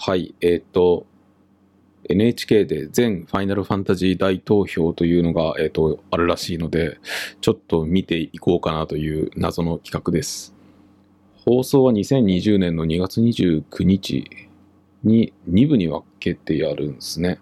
はい、NHK で全ファイナルファンタジー大投票というのが、あるらしいので、ちょっと見ていこうかなという謎の企画です。放送は2020年の2月29日に2部に分けてやるんですね。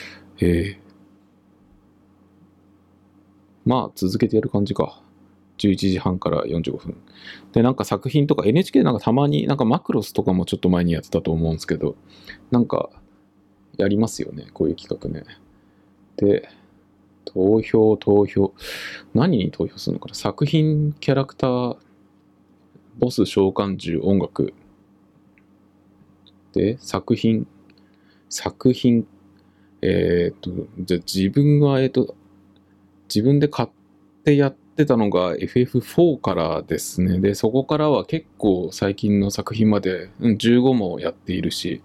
まあ、続けてやる感じか。11時半から45分。で、なんか作品とか NHK なんかたまになんかマクロスとかもちょっと前にやってたと思うんですけど、なんかやりますよね、こういう企画ね。で、投票。何に投票するのかな。作品、キャラクター、ボス、召喚獣、音楽。で、作品。じゃあ自分は、自分で買ってやってたのが FF4 からですね。で、そこからは結構最近の作品まで、15もやっているし、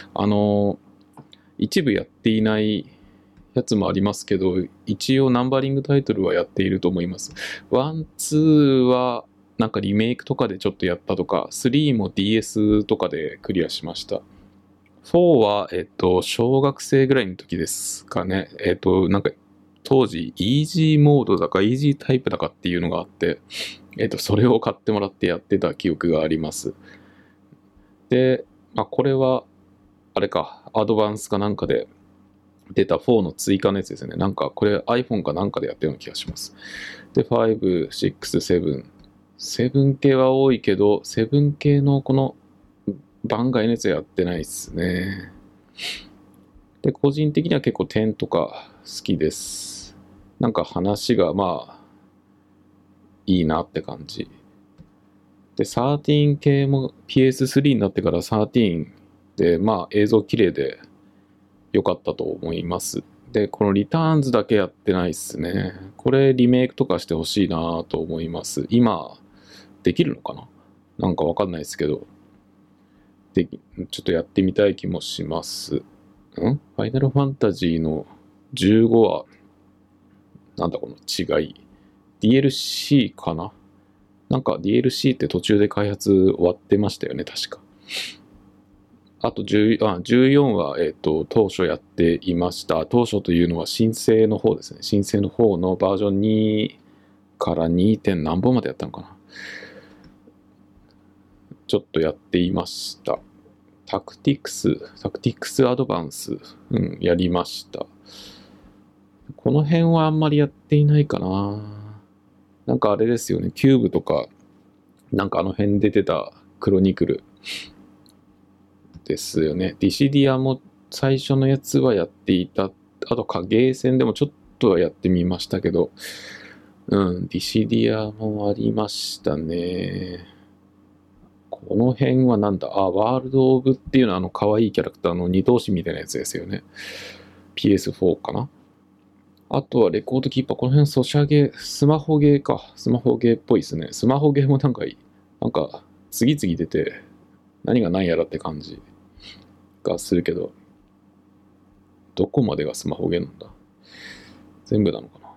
一部やっていないやつもありますけど、一応ナンバリングタイトルはやっていると思います。1、2はなんかリメイクとかでちょっとやったとか、3も DS とかでクリアしました。4は、小学生ぐらいの時ですかね。なんか当時、イージーモードだか、イージータイプだかっていうのがあって、それを買ってもらってやってた記憶があります。で、これは、あれか、アドバンスかなんかで出た4の追加のやつですね。なんか、これ iPhone かなんかでやったような気がします。で、5、6、7。7系は多いけど、7系のこの番外のやつやってないっすね。で、個人的には結構10とか好きです。なんか話がいいなって感じ。で、13系も PS3 になってから13で、映像綺麗で良かったと思います。で、このリターンズだけやってないっすね。これリメイクとかしてほしいなと思います。今、できるのかな。なんかわかんないですけど、ちょっとやってみたい気もします。ファイナルファンタジーの15は、なんだこの違い。DLC かな。なんか DLC って途中で開発終わってましたよね、確か。あと14は、当初やっていました。当初というのは申請の方ですね。申請の方のバージョン2から 2. 何本までやったのかな。ちょっとやっていました。タクティクスアドバンス、やりました。この辺はあんまりやっていないかな。なんかあれですよね、キューブとか、なんかあの辺出てたクロニクルですよね。ディシディアも最初のやつはやっていた。あとゲーセンでもちょっとはやってみましたけど、ディシディアもありましたね。この辺はなんだ、ワールドオブっていうのは可愛いキャラクターの二頭身みたいなやつですよね。PS4 かな。あとはレコードキーパー、この辺ソシャゲ、スマホゲーか。スマホゲーっぽいですね。スマホゲーもなんか次々出て、何が何やらって感じがするけど、どこまでがスマホゲーなんだ。全部なのかな。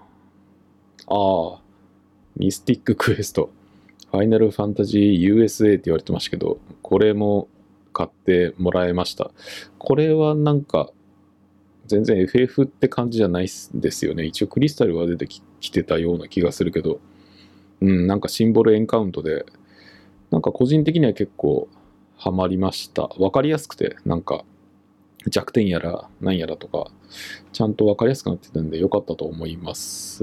ミスティッククエスト。ファイナルファンタジー USA って言われてましたけど、これも買ってもらいました。これはなんか、全然 FF って感じじゃないですよね。一応クリスタルは出てきてたような気がするけど、なんかシンボルエンカウントで、なんか個人的には結構ハマりました。わかりやすくて、なんか弱点やら何やらとか、ちゃんとわかりやすくなってたんで良かったと思います。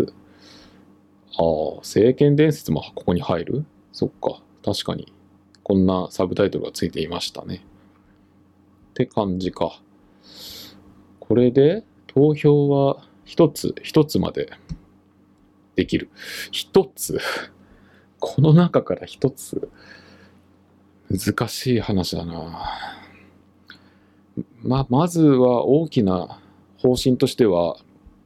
聖剣伝説もここに入る？そっか、確かに。こんなサブタイトルがついていましたね。って感じか。これで投票は一つまでできる。一つこの中から一つ難しい話だな。まずは大きな方針としては、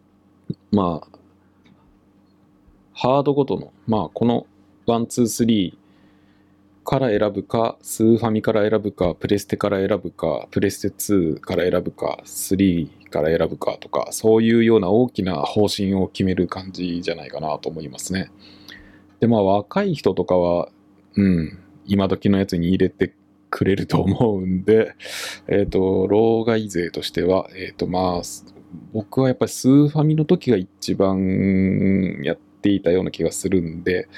ハードごとの、この1、2、3から選ぶか、スーファミから選ぶか、プレステから選ぶか、プレステ2から選ぶか、3から選ぶかとか、そういうような大きな方針を決める感じじゃないかなと思いますね。で、若い人とかは、今時のやつに入れてくれると思うんで、老害勢としては、まあ、僕はやっぱりスーファミの時が一番やっていたような気がするんで、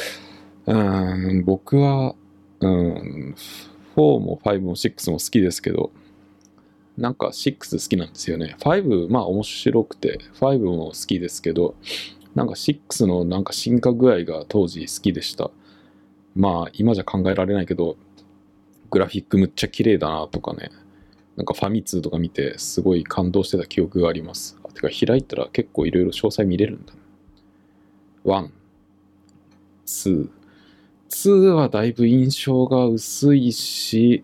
僕は、4も5も6も好きですけど、なんか6好きなんですよね。5、まあ面白くて、5も好きですけど、なんか6のなんか進化具合が当時好きでした。まあ今じゃ考えられないけど、グラフィックむっちゃ綺麗だなとかね、なんかファミ通とか見てすごい感動してた記憶があります。てか開いたら結構いろいろ詳細見れるんだ。1、2。2はだいぶ印象が薄いし、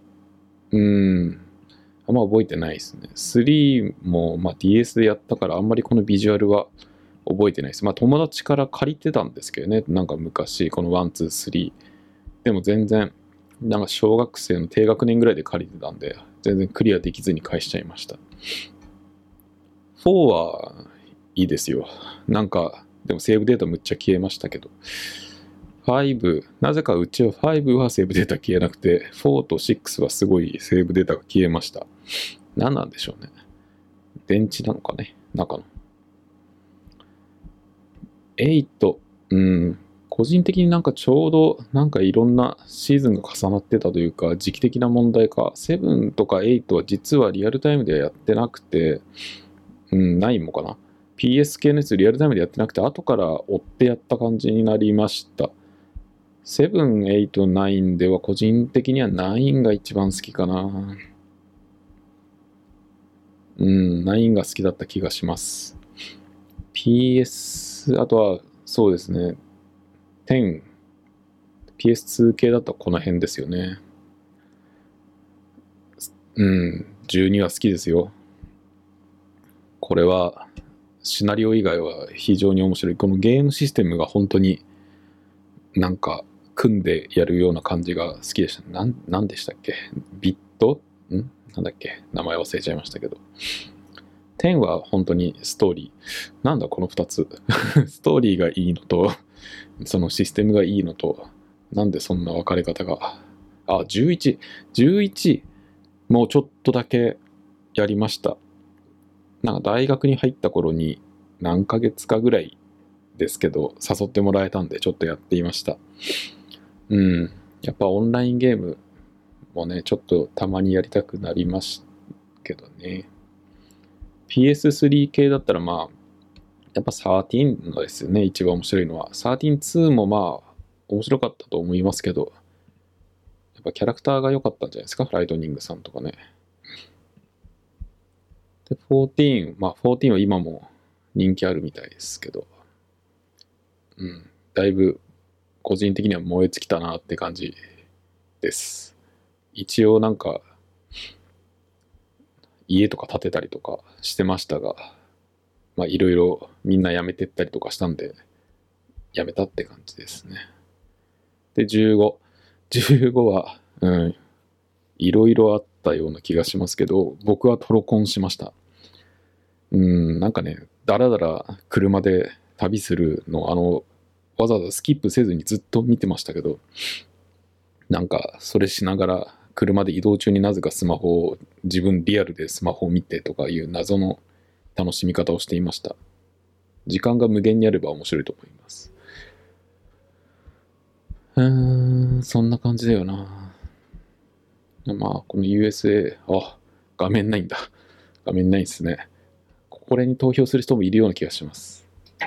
あんま覚えてないですね。3も、まあ、DS でやったからあんまりこのビジュアルは覚えてないです。まあ友達から借りてたんですけどね。なんか昔、この1、2、3。でも全然、なんか小学生の低学年ぐらいで借りてたんで、全然クリアできずに返しちゃいました。4はいいですよ。なんか、でもセーブデータむっちゃ消えましたけど。5、なぜかうちは5はセーブデータ消えなくて、4と6はすごいセーブデータが消えました。何なんでしょうね。電池なのかね、中の。8、個人的になんかちょうどなんかいろんなシーズンが重なってたというか、時期的な問題か、7とか8は実はリアルタイムではやってなくて、9もかな。PS 系のやつリアルタイムでやってなくて、後から追ってやった感じになりました。7、8、9では個人的には9が一番好きかな。9が好きだった気がします。PS、あとはそうですね、10、PS2 系だとこの辺ですよね。12は好きですよ。これはシナリオ以外は非常に面白い。このゲームシステムが本当になんか組んでやるような感じが好きでした。なんでしたっけ、ビットなんだっけ、名前忘れちゃいましたけど。10は本当にストーリー。なんだこの2つ。ストーリーがいいのと、そのシステムがいいのと、なんでそんな分かれ方が。11。11、もうちょっとだけやりました。なんか大学に入った頃に何ヶ月かぐらいですけど、誘ってもらえたんでちょっとやっていました。やっぱオンラインゲームもね、ちょっとたまにやりたくなりますけどね。PS3 系だったらまあ、やっぱ13のですよね、一番面白いのは。13-2もまあ、面白かったと思いますけど、やっぱキャラクターが良かったんじゃないですか、ライトニングさんとかね。で、14、まあ14は今も人気あるみたいですけど、だいぶ個人的には燃え尽きたなって感じです。一応なんか、家とか建てたりとかしてましたが、まあいろいろみんな辞めてったりとかしたんで、辞めたって感じですね。で、15。15は、いろいろあったような気がしますけど、僕はトロコンしました。なんかね、だらだら車で旅するの、わざわざスキップせずにずっと見てましたけど、なんかそれしながら車で移動中になぜかスマホを、自分リアルでスマホを見てとかいう謎の楽しみ方をしていました。時間が無限にあれば面白いと思います。そんな感じだよな。まあ、この USA、画面ないんだ。画面ないっすね。これに投票する人もいるような気がします。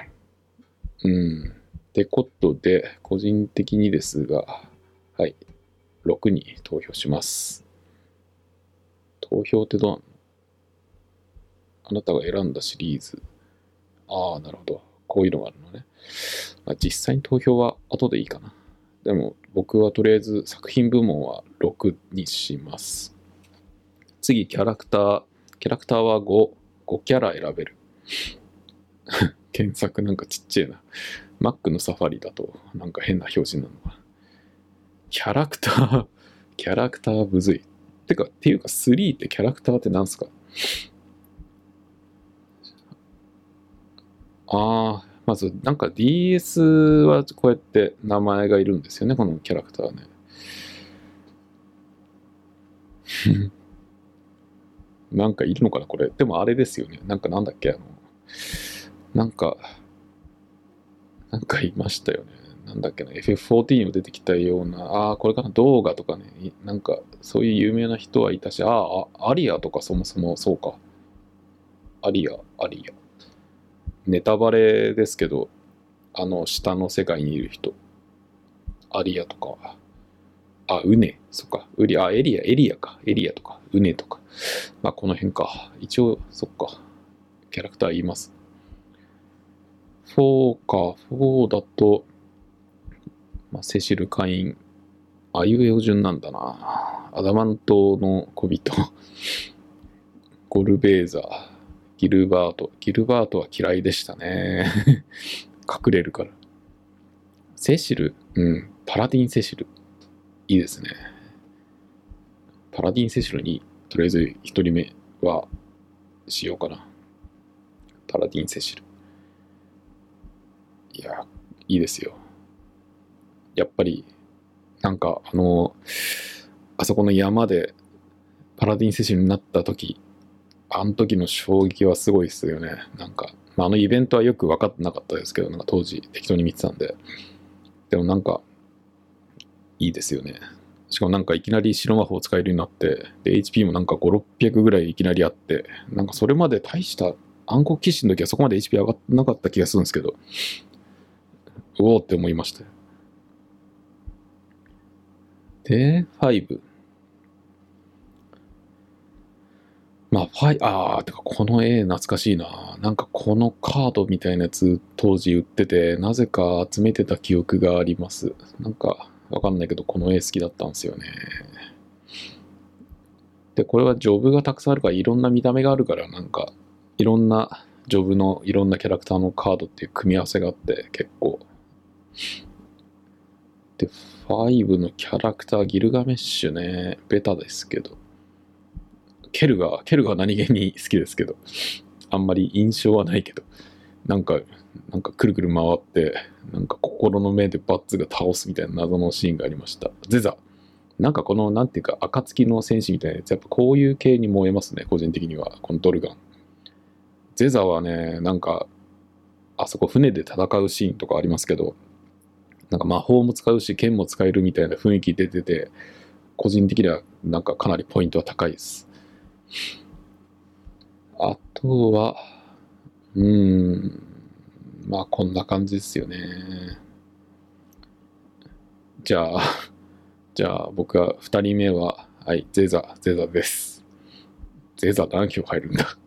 ってことで、個人的にですが、はい、6に投票します。投票ってどうなの？あなたが選んだシリーズ。なるほど。こういうのがあるのね。実際に投票は後でいいかな。でも、僕はとりあえず作品部門は6にします。次、キャラクター。キャラクターは5キャラ選べる。検索なんかちっちゃいな。Mac のサファリだとなんか変な表示なのか。キャラクターむずい。っていうか3ってキャラクターってなんすか？まずなんか DS はこうやって名前がいるんですよね、このキャラクターね。 なんかいるのかなこれ。でもあれですよね。なんかなんだっけなんかいましたよね。なんだっけな、FF14 にも出てきたような、これかな、動画とかね、なんかそういう有名な人はいたし、アリアとかそもそもそうか。アリア。ネタバレですけど、下の世界にいる人。アリアとか、ウネ、そっか、エリアか、エリアとか、ウネとか。まあこの辺か。一応、そっか、キャラクター言います。4か、4だと、セシル・カイン、あいうえお順なんだな。アダマントの小人、ゴルベーザ、ギルバート。ギルバートは嫌いでしたね。隠れるから。セシル、パラディン・セシル。いいですね。パラディン・セシルに、とりあえず一人目はしようかな。パラディン・セシル。いや、いいですよ。やっぱり、なんかあそこの山でパラディン・セシルになった時、あの時の衝撃はすごいですよね。なんか、イベントはよく分かってなかったですけど、なんか当時適当に見てたんで。でもなんか、いいですよね。しかもなんかいきなり白魔法を使えるようになって、で、HP もなんか5、600ぐらいいきなりあって、なんかそれまで大した暗黒騎士の時はそこまで HP 上がってなかった気がするんですけど、うおーって思いましたよ。で、5。てかこの絵懐かしいな。なんかこのカードみたいなやつ当時売ってて、なぜか集めてた記憶があります。なんかわかんないけど、この絵好きだったんですよね。で、これはジョブがたくさんあるから、いろんな見た目があるから、なんか、いろんなジョブのいろんなキャラクターのカードっていう組み合わせがあって、結構。で、5のキャラクター、ギルガメッシュね、ベタですけど。ケルガ何気に好きですけど、あんまり印象はないけど、なんかくるくる回って、なんか心の目でバッツが倒すみたいな謎のシーンがありました。ゼザ。なんかこの、なんていうか、暁の戦士みたいなやつ、やっぱこういう系に燃えますね、個人的には。このドルガン。ゼザはね、なんか、あそこ船で戦うシーンとかありますけど、なんか魔法も使うし、剣も使えるみたいな雰囲気出てて、個人的にはなんかかなりポイントは高いです。あとは、こんな感じですよね。じゃあ、僕は2人目は、はい、ゼザです。ゼザ何票入るんだ。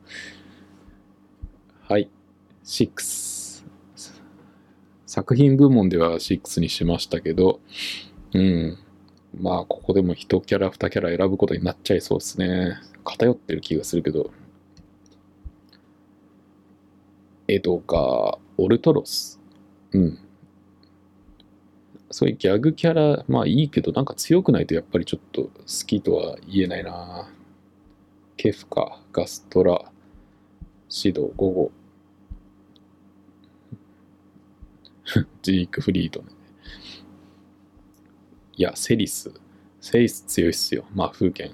はい、6。作品部門では6にしましたけど、ここでも1キャラ2キャラ選ぶことになっちゃいそうですね。偏ってる気がするけど。エドガー、オルトロス。そういうギャグキャラ、いいけど、なんか強くないとやっぱりちょっと好きとは言えないな。ケフカ、ガストラ、シド、ゴゴ、ジークフリードね。いや、セリス強いっすよ。風剣。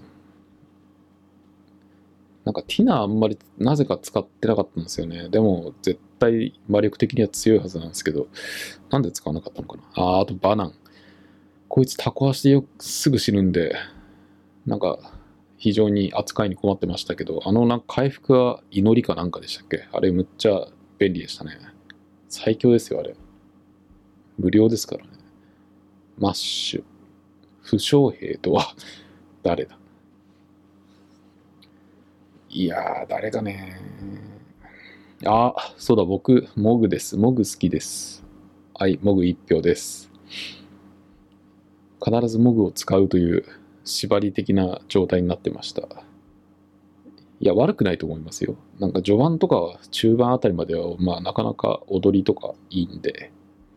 なんかティナあんまりなぜか使ってなかったんですよね。でも絶対魔力的には強いはずなんですけど、なんで使わなかったのかな。あとバナン。こいつタコ足ですぐ死ぬんで、なんか非常に扱いに困ってましたけど、なんか回復は祈りかなんかでしたっけ。あれむっちゃ便利でしたね。最強ですよ、あれ。無料ですからね。マッシュ。負傷兵とは誰だ。いやー、誰かね。そうだ、僕、モグです。モグ好きです。はい、モグ1票です。必ずモグを使うという縛り的な状態になってました。いや、悪くないと思いますよ。なんか序盤とか中盤あたりまでは、なかなか踊りとかいいんで。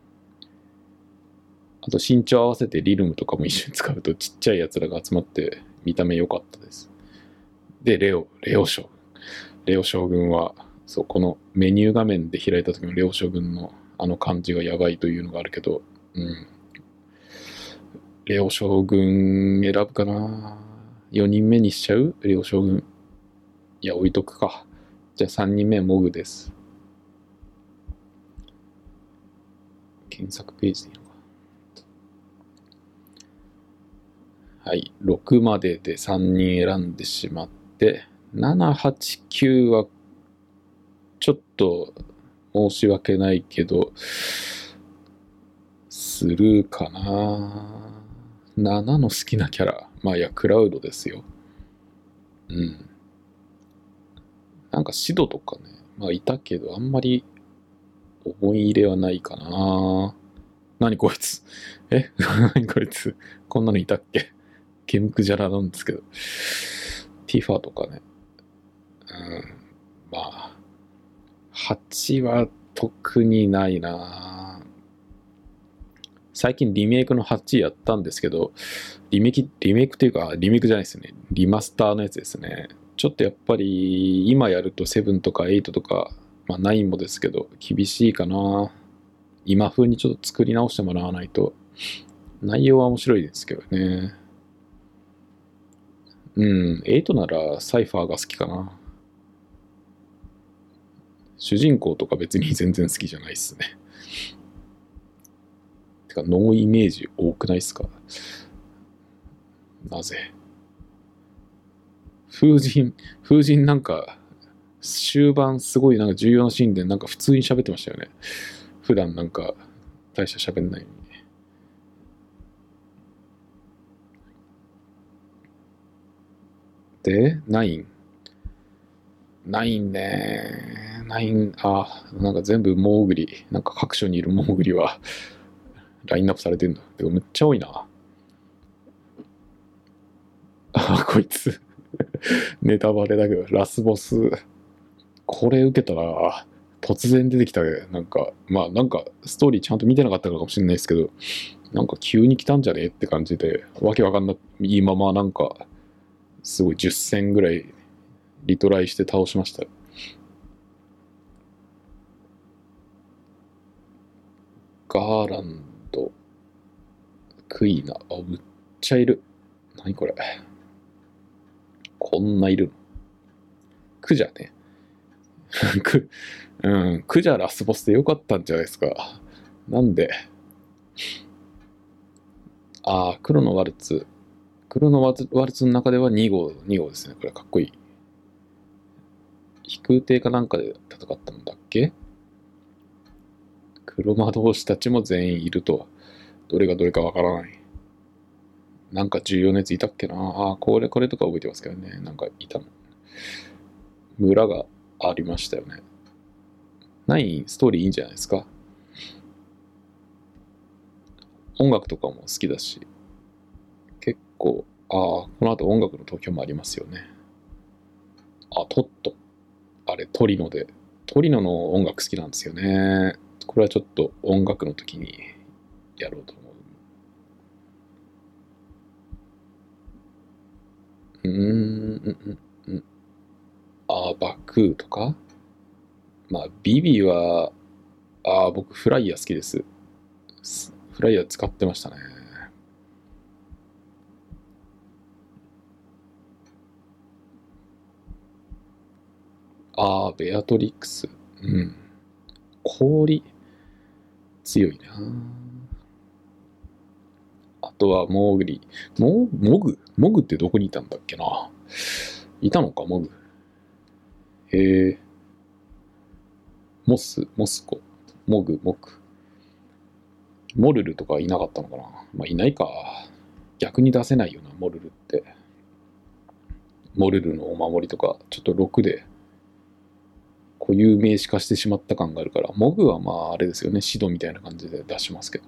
あと身長合わせてリルムとかも一緒に使うとちっちゃいやつらが集まって見た目良かったです。で、レオ将軍は、そう、このメニュー画面で開いた時のレオ将軍のあの感じがやばいというのがあるけど、レオ将軍選ぶかな。 4人目にしちゃう両将軍。いや、置いとくか。じゃあ3人目はモグです。検索ページでいいのか。はい。6までで3人選んでしまって、7、8、9はちょっと申し訳ないけど、スルーかな。7の好きなキャラ。まあいや、クラウドですよ。うん。なんかシドとかね、まあいたけど、あんまり思い入れはないかな。何こいつ。何こいつ。こんなのいたっけ。ケムクジャラなんですけど。ティファとかね。うん。まあ、8は特にないな。最近リメイクの8やったんですけど、リメイクっていうか、リメイクじゃないですね。リマスターのやつですね。ちょっとやっぱり、今やると7とか8とか、まあ9もですけど、厳しいかな。今風にちょっと作り直してもらわないと。内容は面白いですけどね。うん、8ならサイファーが好きかな。主人公とか別に全然好きじゃないっすね。てか、ノーイメージ多くないっすか。なぜ風神なんか、終盤すごいなんか重要なシーンでなんか普通に喋ってましたよね。普段なんか大した喋んないのに。で、9ね。9、なんか全部モーグリ。なんか各所にいるモーグリはラインナップされてんだ。でもめっちゃ多いな。こいつ。ネタバレだけど、ラスボス。これ受けたら、突然出てきたなんか、まあなんかストーリーちゃんと見てなかったからかもしれないですけど、なんか急に来たんじゃねえって感じで、わけわかんないままなんか、すごい10戦ぐらいリトライして倒しました。ガーランド、クイナ、むっちゃいる。何これ。こんないるの。クジャね。クジャラスボスでよかったんじゃないですか。なんで、黒のワルツ。黒のワルツの中では2号ですね。これかっこいい。飛空艇かなんかで戦ったんだっけ。黒魔導士たちも全員いるとは。どれがどれかわからない。なんか重要なやついたっけな。これとか覚えてますけどね。なんかいたの。村がありましたよね。ストーリーいいんじゃないですか。音楽とかも好きだし、結構、この後音楽の投票もありますよね。トット。あれ、トリノの音楽好きなんですよね。これはちょっと音楽の時にやろうと思う。バクーとか。まあ、ビビは、僕フライヤー好きです。フライヤー使ってましたね。ベアトリックス。うん。氷、強いな。あとはモーグリ。モグってどこにいたんだっけな。いたのか、モグ。へえ。モスコ。モグ。モルルとかいなかったのかな。まあ、いないか。逆に出せないよな、モルルって。モルルのお守りとか、ちょっと6で固有名詞化してしまった感があるから、モグはまああれですよね、シドみたいな感じで出しますけど。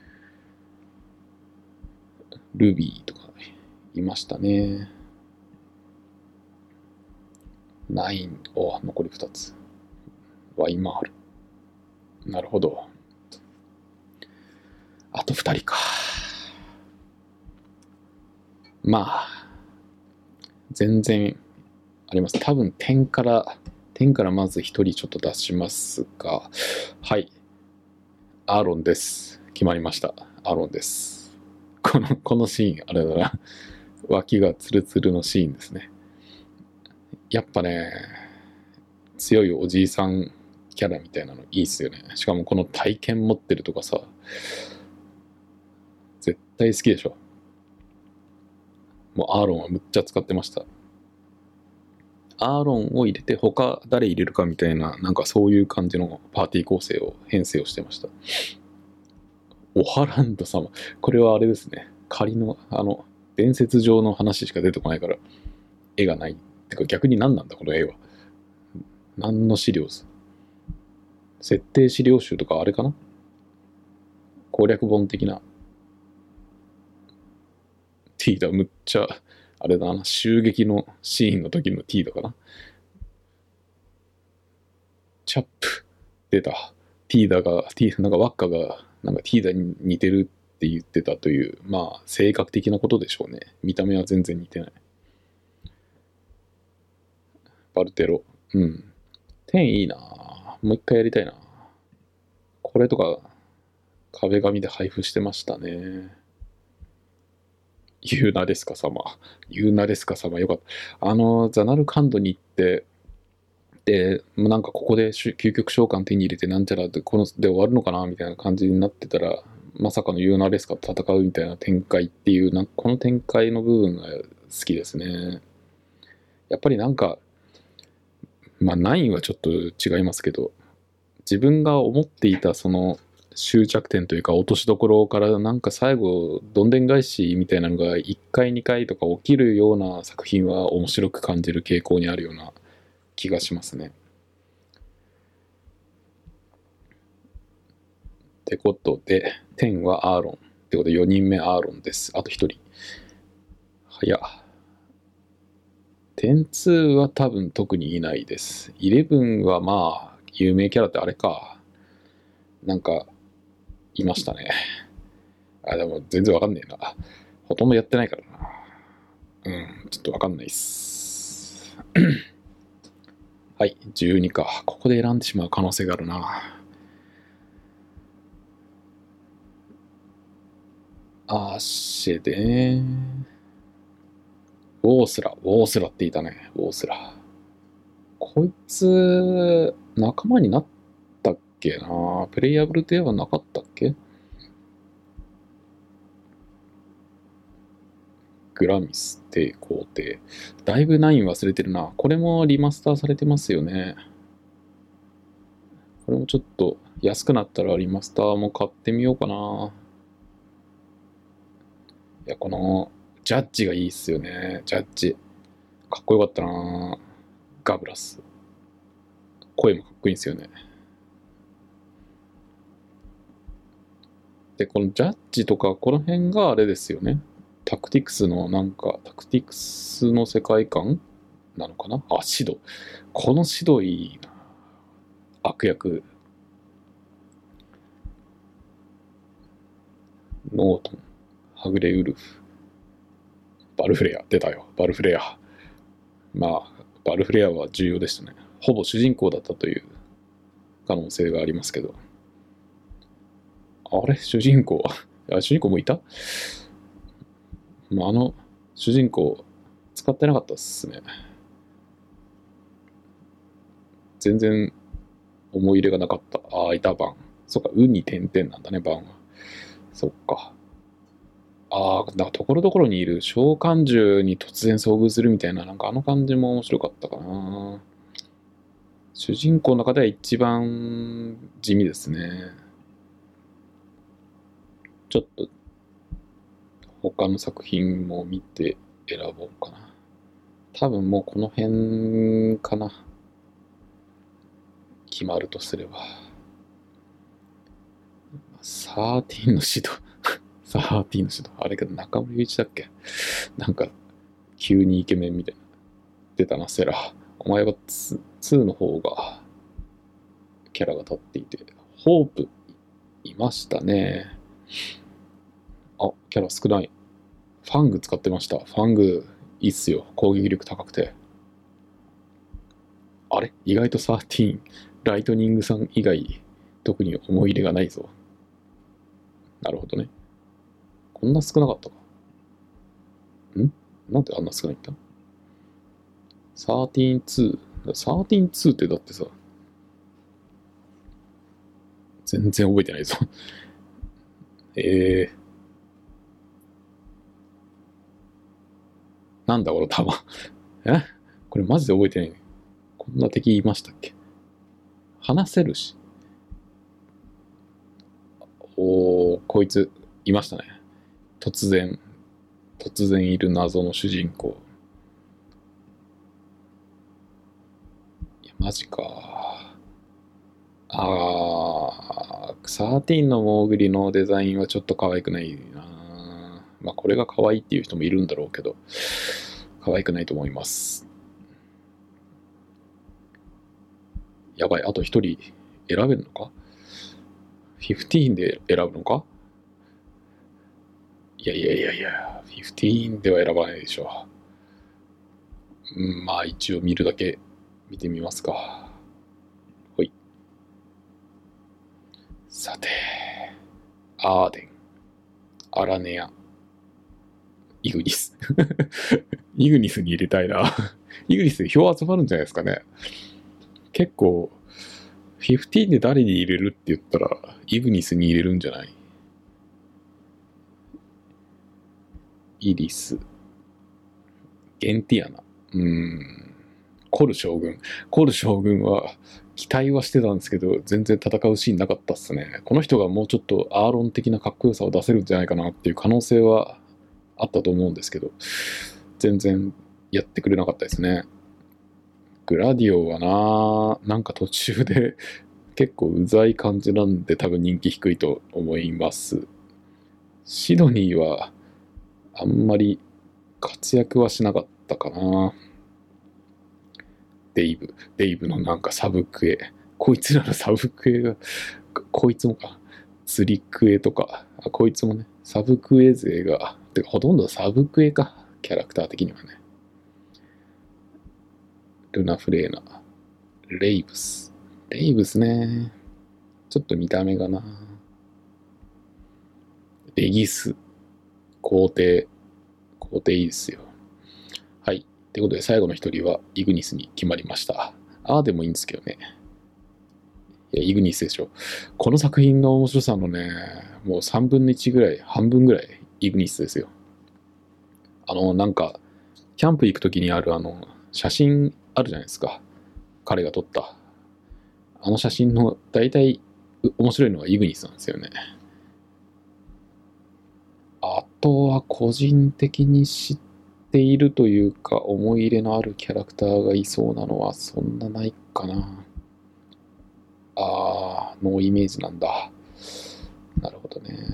ルビーとか、ね、いましたね。9、残り2つ。ワイマール。なるほど。あと2人か。まあ、全然あります。多分点からまず1人ちょっと出しますが、はい。アーロンです。決まりました。アーロンです。このシーン、あれだな。 脇がツルツルのシーンですね。やっぱね、強いおじいさんキャラみたいなのいいっすよね。しかもこの体験持ってるとかさ、絶対好きでしょ。もうアーロンはむっちゃ使ってました。アーロンを入れて他誰入れるかみたいな、なんかそういう感じのパーティー構成を編成をしてました。オハランド様。これはあれですね。仮の伝説上の話しか出てこないから絵がない。てか逆に何なんだこの絵は。何の資料です。設定資料集とかあれかな、攻略本的な。ティーダむっちゃあれだな、襲撃のシーンの時のティーダかな。チャップ出た。ティーダがなんかワッカがなんかティーダに似てるって言ってたという、まあ性格的なことでしょうね。見た目は全然似てない。バルテロ。うん。10いいな。もう一回やりたいな。これとか壁紙で配布してましたね。ユーナレスカ様。ユーナレスカ様よかった。ザナルカンドに行って、で、なんかここで究極召喚手に入れてなんちゃらで、こので終わるのかなみたいな感じになってたら、まさかのユーナレスカと戦うみたいな展開っていう、なんかこの展開の部分が好きですね。やっぱりなんか、まあ9はちょっと違いますけど、自分が思っていたその終着点というか落としどころからなんか最後どんでん返しみたいなのが1回2回とか起きるような作品は面白く感じる傾向にあるような気がしますね。ってことで10はアーロンってことで4人目アーロンです。あと1人。早っ。10-2は多分特にいないです。11はまあ有名キャラってあれか、なんかいましたね。あ、でも全然わかんねえな。ほとんどやってないからな。うん、ちょっとわかんないっす。はい、12か。ここで選んでしまう可能性があるな。アッシェで、ウォースラ。ウォースラっていたね。ウォースラ。こいつ、仲間になったっけな。プレイヤブルではなかったっけ。グラミス帝皇帝。だいぶ9忘れてるな。これもリマスターされてますよね。これもちょっと安くなったらリマスターも買ってみようかな。いや、このジャッジがいいっすよね。ジャッジ。かっこよかったな。ガブラス。声もかっこいいんですよね。で、このジャッジとか、この辺があれですよね。タクティクスのなんか、タクティクスの世界観なのかなあ、シド。このシドいいな。悪役。ノートン。はぐれウルフ。バルフレア。出たよ。バルフレア。まあ、バルフレアは重要でしたね。ほぼ主人公だったという可能性がありますけど。あれ主人公主人公もいた、まあ、主人公使ってなかったっすね。全然思い入れがなかった。ああ、いた番。そっか、うに点々なんだね、番は。そっか。ああ、なんかところどころにいる召喚獣に突然遭遇するみたいな、なんかあの感じも面白かったかな。主人公の中では一番地味ですね。ちょっと他の作品も見て選ぼうかな。多分もうこの辺かな。決まるとすれば。13の指導。13の指導。あれけど中村雄一だっけ、なんか急にイケメンみたいな。出たな、セラ。お前は2の方がキャラが立っていて。ホープいましたね。あ、キャラ少ない。ファング使ってました。ファングいいっすよ。攻撃力高くて。あれ意外と13、ライトニングさん以外、特に思い入れがないぞ。なるほどね。こんな少なかったか。んなんであんな少ないんだ？ 13-2。13-2ってだってさ、全然覚えてないぞ。なんだこの弾。これマジで覚えてないね。こんな敵いましたっけ？話せるし。こいつ、いましたね。突然いる謎の主人公。いや、マジか。13のモーグリのデザインはちょっと可愛くないな。まあこれが可愛いっていう人もいるんだろうけど、可愛くないと思います。やばい、あと一人選べるのか？ 15 で選ぶのか？いや、15では選ばないでしょう。まあ一応見るだけ見てみますか。ほい。さて、アーデン、アラネア、イグニス。イグニスに入れたいな。イグニスで票集まるんじゃないですかね。結構、15で誰に入れるって言ったら、イグニスに入れるんじゃない？イリス、ゲンティアナ、コル将軍。コル将軍は期待はしてたんですけど、全然戦うシーンなかったっすね。この人がもうちょっとアーロン的なかっこよさを出せるんじゃないかなっていう可能性はあったと思うんですけど、全然やってくれなかったですね。グラディオはなんか途中で結構うざい感じなんで多分人気低いと思います。シドニーはあんまり活躍はしなかったかな。デイブのなんかサブクエ。こいつらのサブクエが、こいつもか。釣りクエとか、こいつもね、サブクエ勢が、てかほとんどサブクエか、キャラクター的にはね。ルナ・フレーナ、レイブス。レイブスね。ちょっと見た目がな。レギス、皇帝いいですよ。はい。ということで最後の一人はイグニスに決まりました。でもいいんですけどね。いや、イグニスでしょ。この作品の面白さのね、もう3分の1ぐらい、半分ぐらいイグニスですよ。なんか、キャンプ行く時にある写真あるじゃないですか。彼が撮った。あの写真の大体面白いのはイグニスなんですよね。あとは個人的に知っているというか思い入れのあるキャラクターがいそうなのはそんなないかな。ノーイメージなんだ。なるほどね。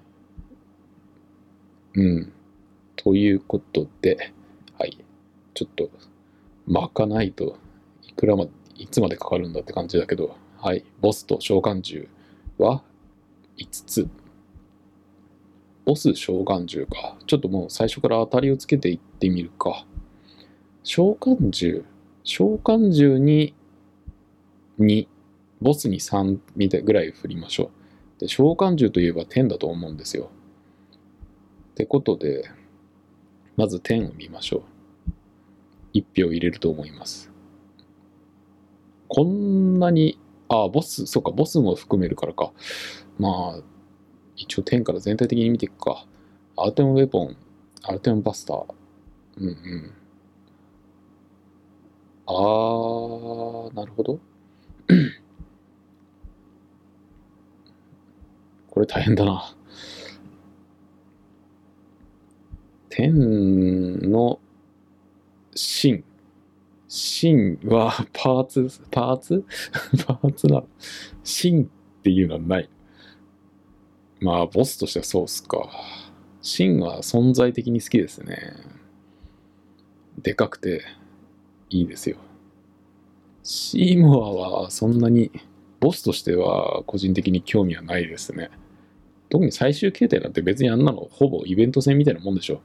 ということで、はい。ちょっと、巻かないといつまでかかるんだって感じだけど、はい。ボスと召喚獣は5つ。ボス召喚獣か。ちょっともう最初から当たりをつけていってみるか。召喚獣に2、ボスに3みたいぐらい振りましょう。で、召喚獣といえば10だと思うんですよ。ってことで、まず10を見ましょう。1票入れると思います。こんなに、ボスも含めるからか。まあ、一応10から全体的に見ていくか。アルテムウェポン、アルテムバスター。なるほど。これ大変だな。10の芯。芯はパーツパーツな。芯っていうのはない。まあ、ボスとしてはそうっすか。芯は存在的に好きですね。でかくていいですよ。シーモアはそんなにボスとしては個人的に興味はないですね。特に最終形態なんて別にあんなのほぼイベント戦みたいなもんでしょ。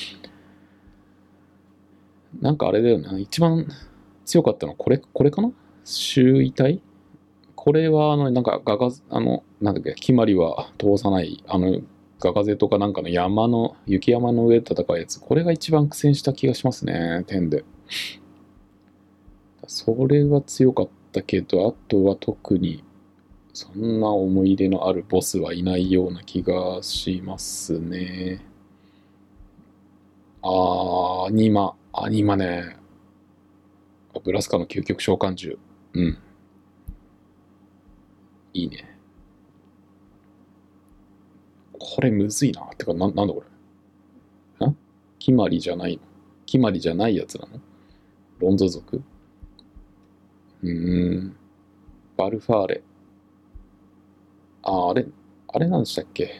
なんかあれだよな、一番強かったのはこれかな？周囲体？これはなんかなんだっけ、決まりは通さない、 ガガゼとかなんかの雪山の上で戦うやつ。これが一番苦戦した気がしますね、10で。それは強かったけど、あとは特にそんな思い入れのあるボスはいないような気がしますね。アニマね。ブラスカの究極召喚獣。うん。いいね。これむずいな。てか、なんだこれ。決まりじゃないの？決まりじゃないやつなの？ロンゾ族？バルファーレ。あれなんでしたっけ？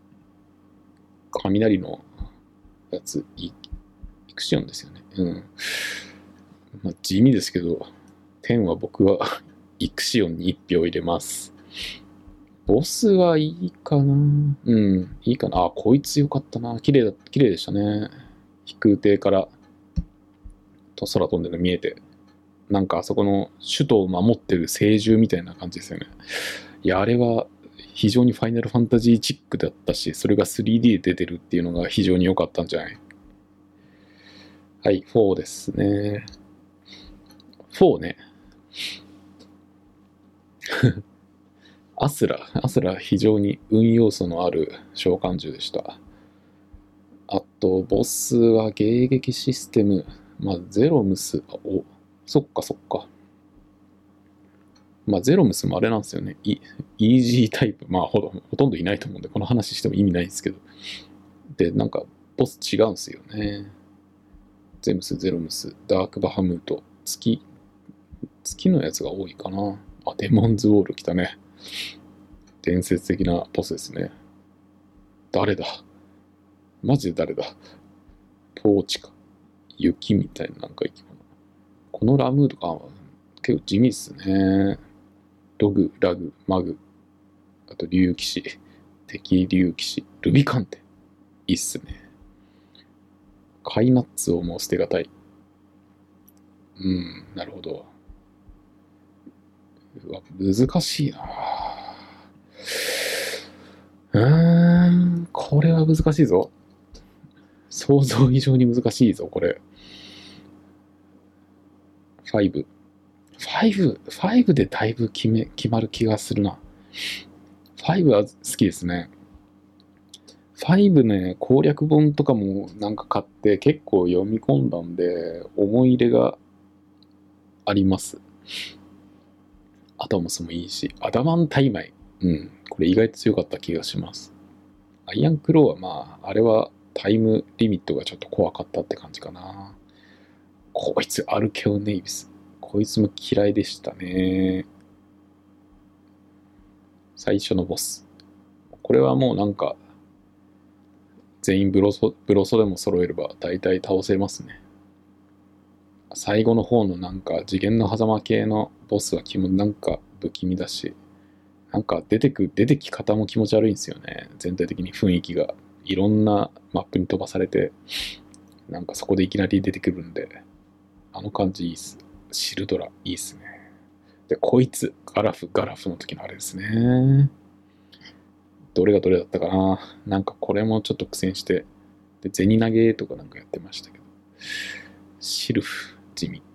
雷のやつ、イクシオンですよね。まあ、地味ですけど、10は僕はイクシオンに1票入れます。ボスはいいかな。いいかな。こいつよかったな。綺麗でしたね。飛空艇から空飛んでるの見えて。なんかあそこの首都を守ってる聖獣みたいな感じですよね。いや、あれは非常にファイナルファンタジーチックだったし、それが 3D で出てるっていうのが非常に良かったんじゃない？はい、4ですね。4ね。アスラ非常に運要素のある召喚獣でした。あと、ボスは迎撃システム。まあ、ゼロムス。そっか。まあ、ゼロムスもあれなんですよね。イージータイプ。まあほとんどいないと思うんで、この話しても意味ないんですけど。で、なんか、ボス違うんですよね。ゼムス、ゼロムス、ダークバハムート、月のやつが多いかな。デモンズウォール来たね。伝説的なボスですね。誰だ？マジで誰だ？トーチか。雪みたいななんか生き物。このラムーとか結構地味っすね。ログ、ラグ、マグ、あと竜騎士、敵竜騎士、ルビカンテ。いいっすね。カイナッツをもう捨てがたい。なるほど。うわ、難しいな。これは難しいぞ。想像以上に難しいぞ、これ。5。5でだいぶ決まる気がするな。5は好きですね。5ね、攻略本とかもなんか買って結構読み込んだんで、思い入れがあります。アトムスもいいし、アダマンタイマイ。これ意外と強かった気がします。アイアンクローはまあ、あれはタイムリミットがちょっと怖かったって感じかな。こいつ、アルケオネイビス。こいつも嫌いでしたね。最初のボス。これはもうなんか、全員ブロソでも揃えれば大体倒せますね。最後の方のなんか次元の狭間系のボスはなんか不気味だし、なんか出てき方も気持ち悪いんですよね。全体的に雰囲気が。いろんなマップに飛ばされて、なんかそこでいきなり出てくるんで、あの感じいいっす。シルドラいいっすね。で、こいつ、ガラフの時のあれですね。どれがどれだったかな。なんかこれもちょっと苦戦して、で、銭投げとかなんかやってましたけど。シルフ、地味。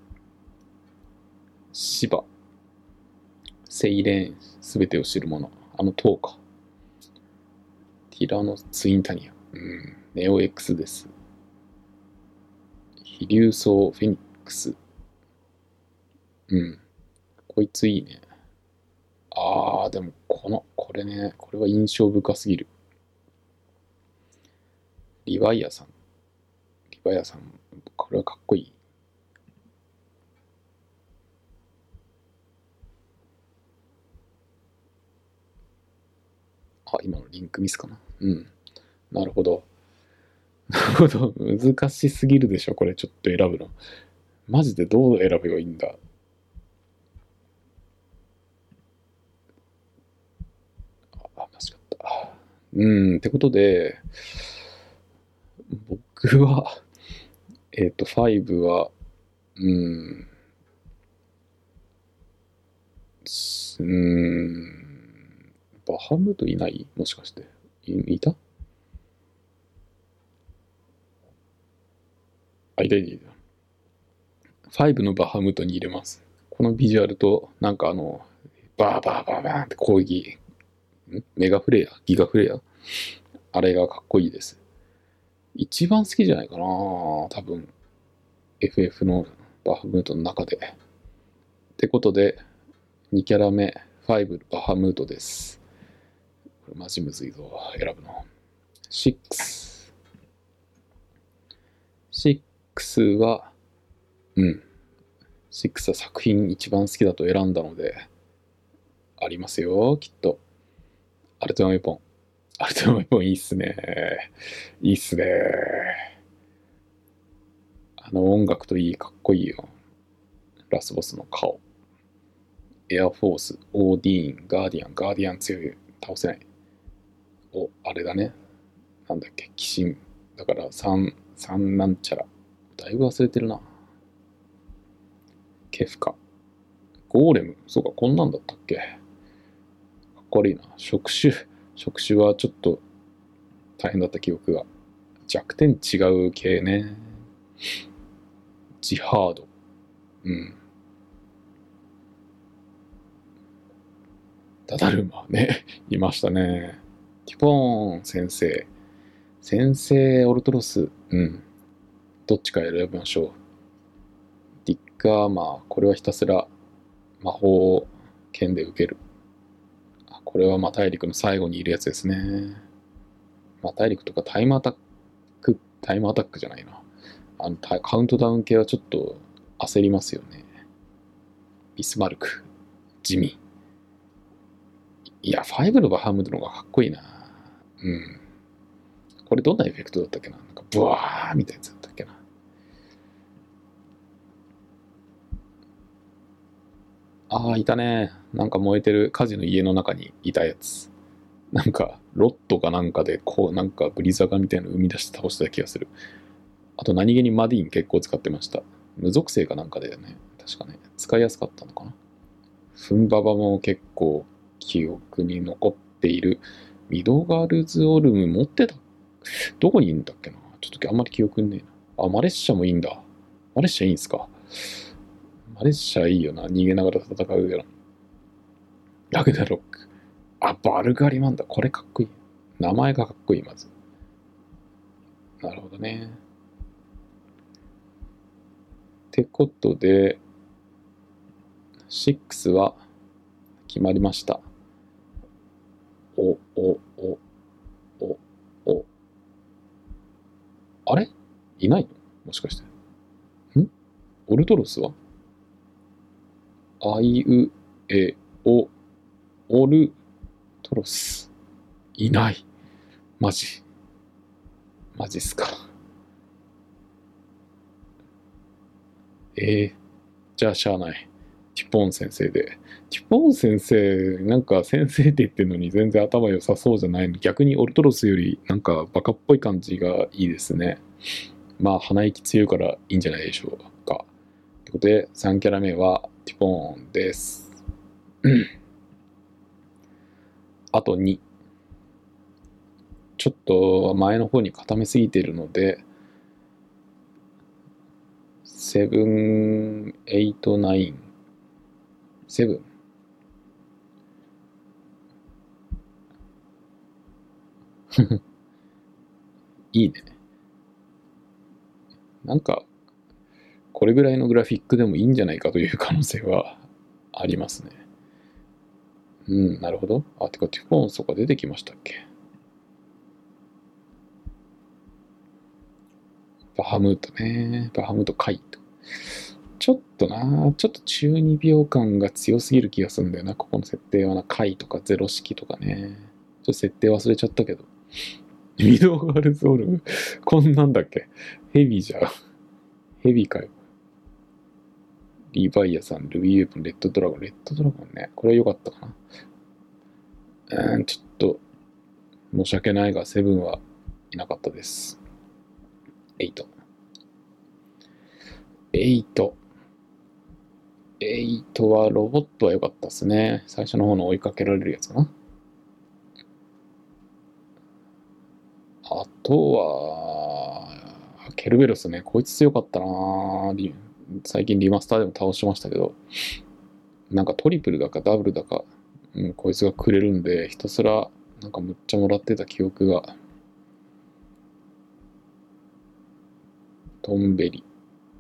シバ、セイレーン、すべてを知る者。塔か。ティラノツインタニア。ネオ X です。飛竜層フェニックス。こいついいね。でもこれね、これは印象深すぎる。リヴァイアさん。これはかっこいい。今のリンクミスかな。なるほど。なるほど。難しすぎるでしょ、これちょっと選ぶの。マジでどう選べばいいんだ。間違った。ってことで、僕は、5は、うん、バハムートいない？もしかして。いた？ いたいたいた。5のバハムートに入れます。このビジュアルと、なんかバーバーバーバーンって攻撃、メガフレア、ギガフレア、あれがかっこいいです。一番好きじゃないかな多分。FF のバハムートの中で。ってことで、2キャラ目、5バハムートです。これマジむずいぞ、選ぶの。6。6は、6は作品一番好きだと選んだので、ありますよ、きっと。アルティマウェポン。アルティマウェポンいいっすね。いいっすね。音楽といい、かっこいいよ。ラスボスの顔。エアフォース、オーディーン、ガーディアン強い。倒せない。あれだね。なんだっけ、鬼神。だから3なんちゃら。だいぶ忘れてるな。ケフカ。ゴーレム。そうか、こんなんだったっけ。かっこ悪いな。触手はちょっと大変だった記憶が。弱点違う系ね。ジハード。ダダルマね。いましたね。ティポーン先生。先生、オルトロス。どっちか選びましょう。ディッカーマー。これはひたすら魔法を剣で受ける。これは魔大陸の最後にいるやつですね。魔大陸とかタイムアタックじゃないな。カウントダウン系はちょっと焦りますよね。ビスマルク。地味。いや、5のバハムドの方がかっこいいな。これどんなエフェクトだったっけな。なんかブワーみたいなやつだったっけな。いたね。なんか燃えてる火事の家の中にいたやつ。なんか、ロットかなんかで、なんかブリザガみたいなの生み出して倒した気がする。あと何気にマディーン結構使ってました。無属性かなんかだよね。確かね。使いやすかったのかな。フンババも結構記憶に残っている。ミドガルズオルム持ってた。どこにいるんだっけな。ちょっとあんまり記憶にねえな。マレッシャもいいんだ。マレッシャいいんすか。マレッシャいいよな。逃げながら戦うよな。ラグナロック。バルガリマンだ。これかっこいい。名前がかっこいい、まず。なるほどね。ってことで、6は決まりました。あれいないのもしかして。オルトロスはあいうえお、オルトロス。いない。マジっすか。じゃあしゃあない。ティポン先生で。ティポン先生、なんか先生って言ってるのに全然頭良さそうじゃないの。逆にオルトロスよりなんかバカっぽい感じがいいですね。まあ鼻息強いからいいんじゃないでしょうか。ということで3キャラ目はティポンです。あと2。ちょっと前の方に固めすぎているので、7、8、9、7。いいね。なんか、これぐらいのグラフィックでもいいんじゃないかという可能性はありますね。なるほど。てか、ティフォンソが出てきましたっけ。バハムートね。バハムートカイト。ちょっと中二病感が強すぎる気がするんだよな、ここの設定はな。回とかゼロ式とかね。ちょっと設定忘れちゃったけど。ミドガルズオルムこんなんだっけ。ヘビじゃん。ヘビかよ。リヴァイアさん、ルビーウェポン、レッドドラゴン。レッドドラゴンね。これは良かったかな。ちょっと、申し訳ないが、セブンはいなかったです。8。8はロボットは良かったですね。最初の方の追いかけられるやつかな。あとは、 ケルベロスね、こいつ強かったな。最近リマスターでも倒しましたけど、なんかトリプルだかダブルだか、こいつがくれるんで、ひたすらなんかむっちゃもらってた記憶が。トンベリ、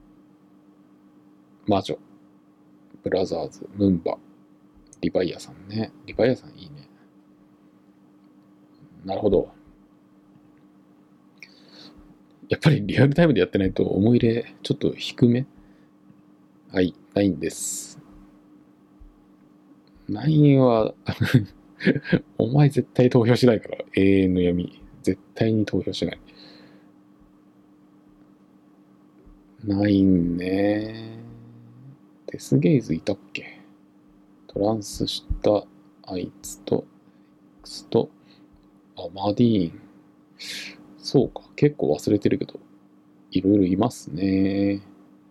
魔女、ブラザーズ、ムンバ、リヴァイアさんね。リヴァイアさんいいね。なるほど。やっぱりリアルタイムでやってないと思い入れちょっと低め。はい、9です。9はお前絶対投票しないから。永遠の闇。絶対に投票しない。9ね。デスゲイズいたっけ？トランスしたあいつと、X と、マディーン。そうか、結構忘れてるけど、いろいろいますね。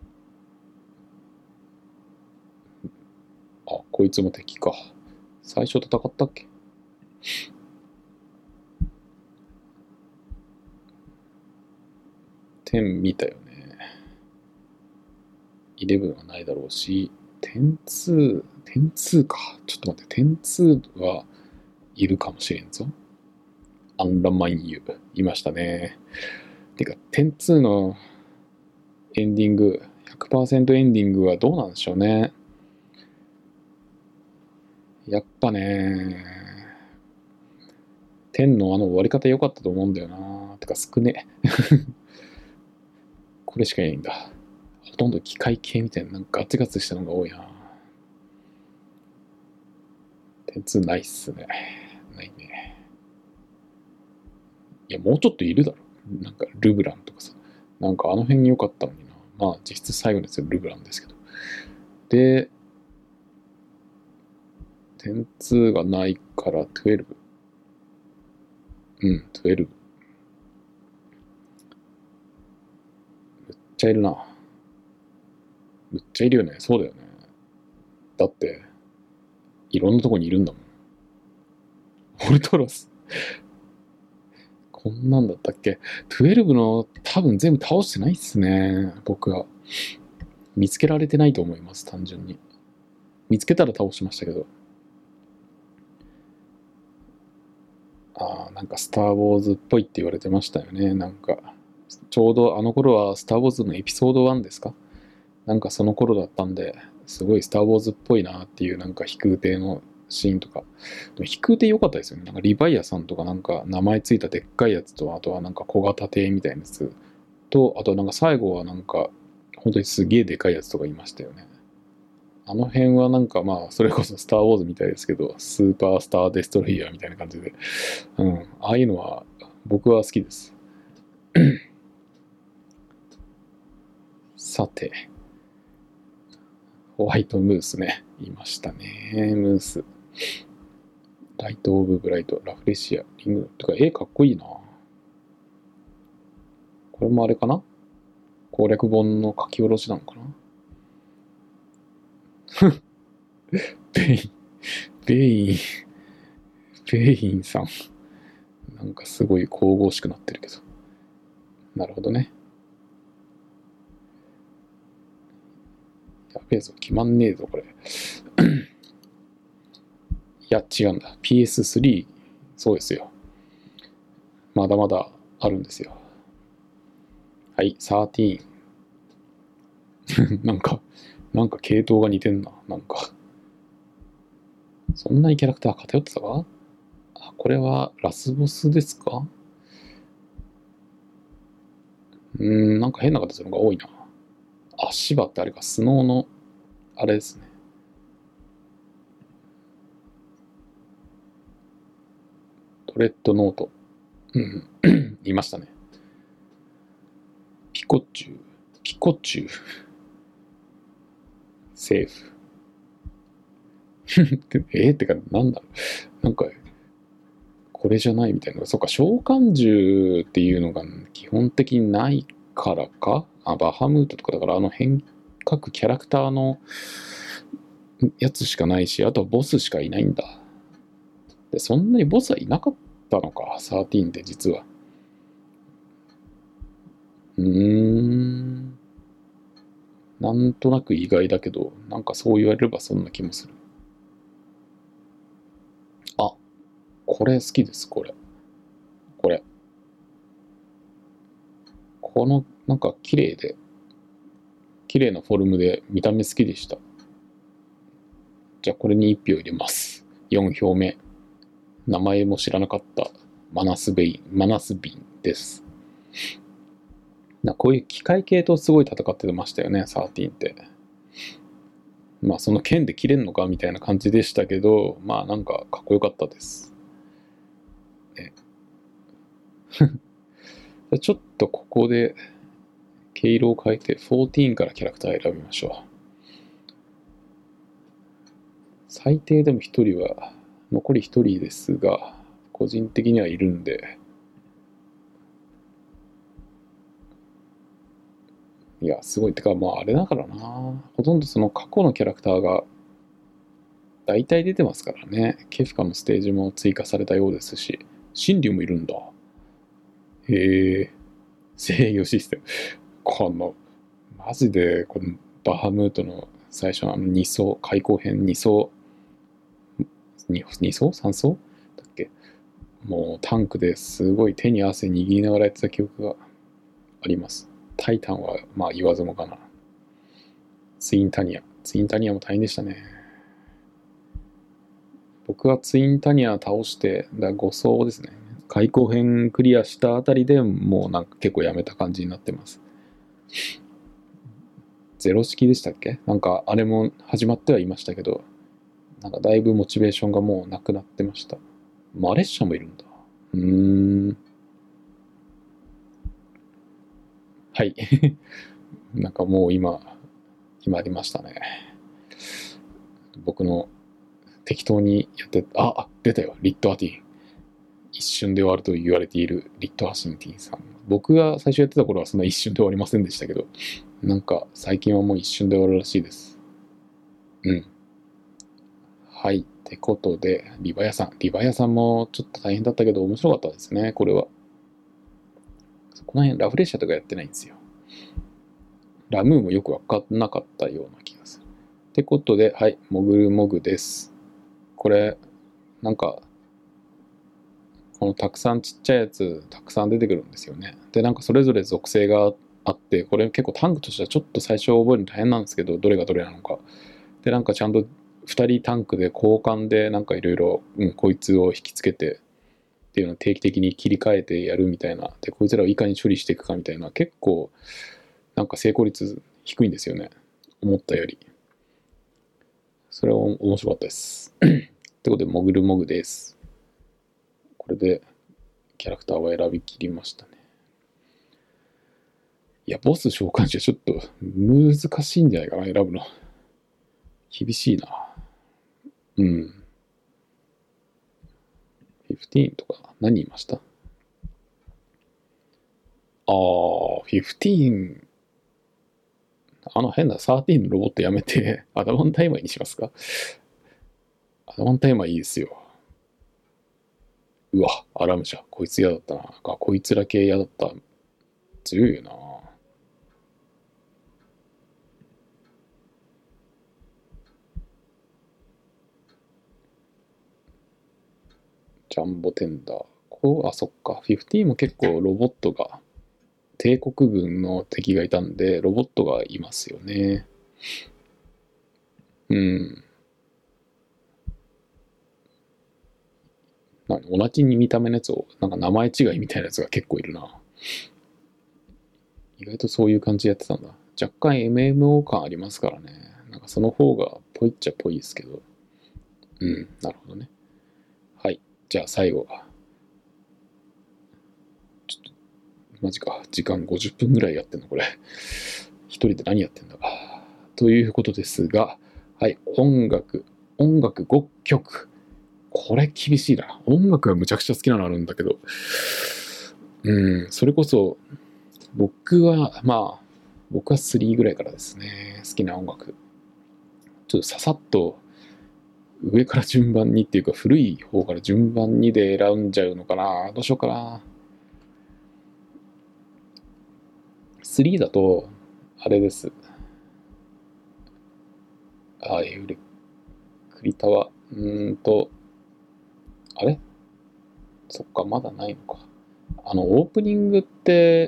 こいつも敵か。最初戦ったっけ？10見たよね。11はないだろうし、10-2か。ちょっと待って、10-2はいるかもしれんぞ。アンラマインユいましたね。てか、10-2のエンディング、100% エンディングはどうなんでしょうね。やっぱね、10の終わり方良かったと思うんだよな。てか少ね。これしかいないんだ。ほとんど機械系みたいな、なんかガツガツしたのが多いな。10-2ないっすね。ないね。いや、もうちょっといるだろ。なんか、ルブランとかさ。なんかあの辺に良かったのにな。まあ、実質最後のやつはルブランですけど。で、10-2がないから12。12。むっちゃいるな。むっちゃいるよね。そうだよね。だって、いろんなとこにいるんだもん。ウルトラス。こんなんだったっけ？ 12 の多分全部倒してないっすね。僕は。見つけられてないと思います、単純に。見つけたら倒しましたけど。なんかスター・ウォーズっぽいって言われてましたよね。なんか、ちょうどあの頃はスター・ウォーズのエピソード1ですか？なんかその頃だったんで、すごいスター・ウォーズっぽいなっていうなんか飛空艇のシーンとか。でも飛空艇良かったですよね。なんかリヴァイアさんとかなんか名前ついたでっかいやつと、あとはなんか小型艇みたいなやつと、あとなんか最後はなんか本当にすげえでかいやつとかいましたよね。あの辺はなんかまあそれこそスター・ウォーズみたいですけど、スーパースター・デストロイヤーみたいな感じで、ああいうのは僕は好きです。さて、ホワイトムースね。いましたね。ムース。ライト・オブ・ブライト、ラフレシア、リング。てか、絵かっこいいな。これもあれかな？攻略本の書き下ろしなのかな？ベイン、ベイン、ベインさん。なんかすごい神々しくなってるけど。なるほどね。やべえぞ、決まんねえぞ、これ。いや、違うんだ。PS3、そうですよ。まだまだあるんですよ。はい、13。なんか系統が似てんな。なんか。そんなにキャラクター偏ってたか？これはラスボスですか？なんか変な形のが多いな。芝ってあれか、スノーの、あれですね。トレッドノート。いましたね。ピコチュウ。ピコチュウ。セーフ。ってか、なんだろう。なんか、これじゃないみたいな。そうか、召喚獣っていうのが基本的にないからか。バハムートとかだから、各キャラクターのやつしかないし、あとはボスしかいないんだ。で、そんなにボスはいなかったのか、13で実は。 うーん。なんとなく意外だけど、なんかそう言われればそんな気もする。あ、これ好きです、これ。これ。この、なんか綺麗なフォルムで見た目好きでした。じゃあこれに1票入れます。4票目。名前も知らなかったマナスビンです。こういう機械系とすごい戦ってましたよね、13って。まあその剣で切れんのかみたいな感じでしたけど、まあなんかかっこよかったです。ね、ちょっとここで毛色を変えて14からキャラクター選びましょう。最低でも1人は、残り1人ですが、個人的にはいるんで、いや、すごい。てか、まああれだからな。ほとんどその過去のキャラクターが大体出てますからね。ケフカのステージも追加されたようですし、神竜もいるんだ。へえ、制御システム。この、マジで、このバハムートの最初の2層、開口編2層、2層 ?3 層だっけ。もうタンクですごい手に汗握りながらやってた記憶があります。タイタンはまあ言わずもがな。ツインタニア。ツインタニアも大変でしたね。僕はツインタニア倒して、5層ですね。開口編クリアしたあたりでもうなんか結構やめた感じになってます。ゼロ式でしたっけ。なんかあれも始まってはいましたけど、なんかだいぶモチベーションがもうなくなってました。マレッシャもいるんだ。はい。なんかもう今ありましたね。僕の適当にやって、出たよ。リットアティン。一瞬で終わると言われているリットアシンティンさん。僕が最初やってた頃はそんな一瞬で終わりませんでしたけど、なんか最近はもう一瞬で終わるらしいです。うん。はい。ってことで、リバヤさん。リバヤさんもちょっと大変だったけど面白かったですね、これは。この辺、ラフレシアとかやってないんですよ。ラムーもよくわかんなかったような気がする。ってことで、はい、モグルモグです。これ、なんか、このたくさんちっちゃいやつ、たくさん出てくるんですよね。で、なんかそれぞれ属性があって、これ結構タンクとしてはちょっと最初覚えるの大変なんですけど、どれがどれなのか。で、なんかちゃんと2人タンクで交換で、なんかいろいろ、こいつを引きつけて、っていうのを定期的に切り替えてやるみたいな。で、こいつらをいかに処理していくかみたいな、結構、なんか成功率低いんですよね。思ったより。それは面白かったです。ってことで、モグルモグです。これで、キャラクターは選びきりましたね。いや、ボス召喚者ちょっと難しいんじゃないかな、選ぶの。厳しいな。うん。15とか、何言いました？15、あの変な13のロボットやめて、アダマンタイマーにしますか？アダマンタイマーいいですよ。うわ、アラムじゃ。こいつ嫌だったな。こいつら系嫌だった。強いよな。ジャンボテンダー。そっか。15も結構ロボットが、帝国軍の敵がいたんで、ロボットがいますよね。うん。同じに見た目のやつを、なんか名前違いみたいなやつが結構いるな。意外とそういう感じでやってたんだ。若干 MMO 感ありますからね。なんかその方がぽいっちゃぽいですけど。うん、なるほどね。はい。じゃあ最後。ちょっと、マジか。時間50分ぐらいやってんの、これ。一人で何やってんだか。ということですが、はい。音楽5曲。これ厳しいな。音楽がむちゃくちゃ好きなのあるんだけど。それこそ、僕は3ぐらいからですね。好きな音楽。ちょっとささっと上から順番にっていうか古い方から順番にで選んじゃうのかな。どうしようかな。 3だと、あれです。エウレクリタは、あれそっか、まだないのか。オープニングって、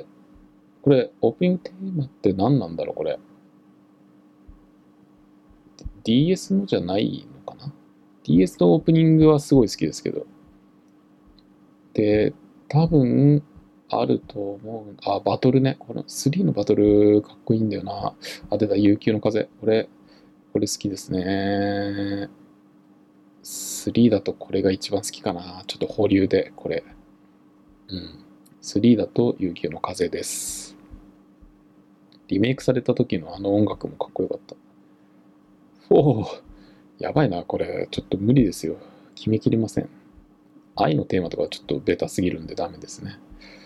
これ、オープニングテーマって何なんだろう、これ。DS のじゃないのかな？ DS のオープニングはすごい好きですけど。で、多分、あると思う。バトルね。この3のバトルかっこいいんだよな。出た、悠久の風。これ好きですね。3だとこれが一番好きかな。ちょっと保留で、これ。うん。3だと悠久の風です。リメイクされた時のあの音楽もかっこよかった。おお、やばいな、これ。ちょっと無理ですよ。決めきれません。愛のテーマとかちょっとベタすぎるんでダメですね。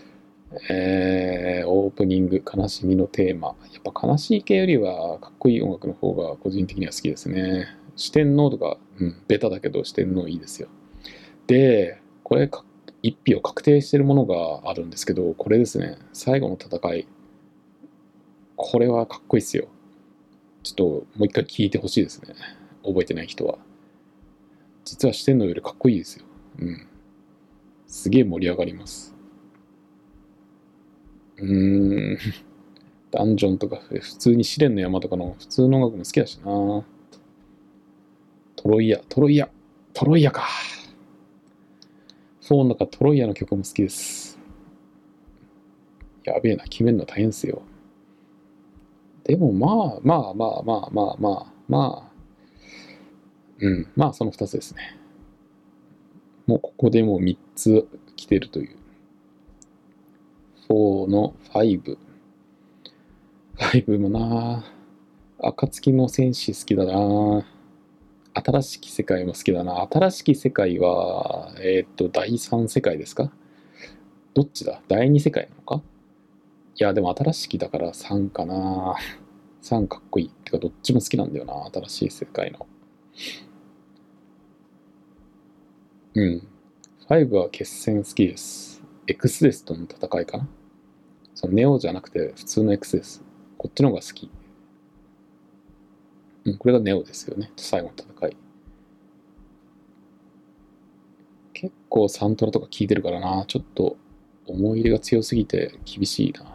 オープニング、悲しみのテーマ。やっぱ悲しい系よりはかっこいい音楽の方が個人的には好きですね。四天王とか、ベタだけど四天王いいですよ。で、これ一票確定してるものがあるんですけど、これですね。最後の戦い。これはかっこいいっすよ。ちょっともう一回聞いてほしいですね。覚えてない人は。実は四天王よりかっこいいですよ。うん。すげえ盛り上がります。ダンジョンとか、普通に試練の山とかの普通の音楽も好きだしな。トロイヤか。4の中トロイヤの曲も好きです。やべえな、決めるの大変ですよ。でもまあその2つですね。もうここでもう3つ来てるという。4の5。5もな暁の戦士好きだな。新しき世界も好きだな。新しき世界は、第3世界ですか？どっちだ？第2世界なのか？いや、でも新しきだから3かな。3かっこいい。てか、どっちも好きなんだよな。新しい世界の。うん。5は決戦好きです。エクスデスとの戦いかな。そのネオじゃなくて普通のエクスです。こっちの方が好き。これがネオですよね。最後の戦い。結構サントラとか聞いてるからな。ちょっと思い入れが強すぎて厳しいな。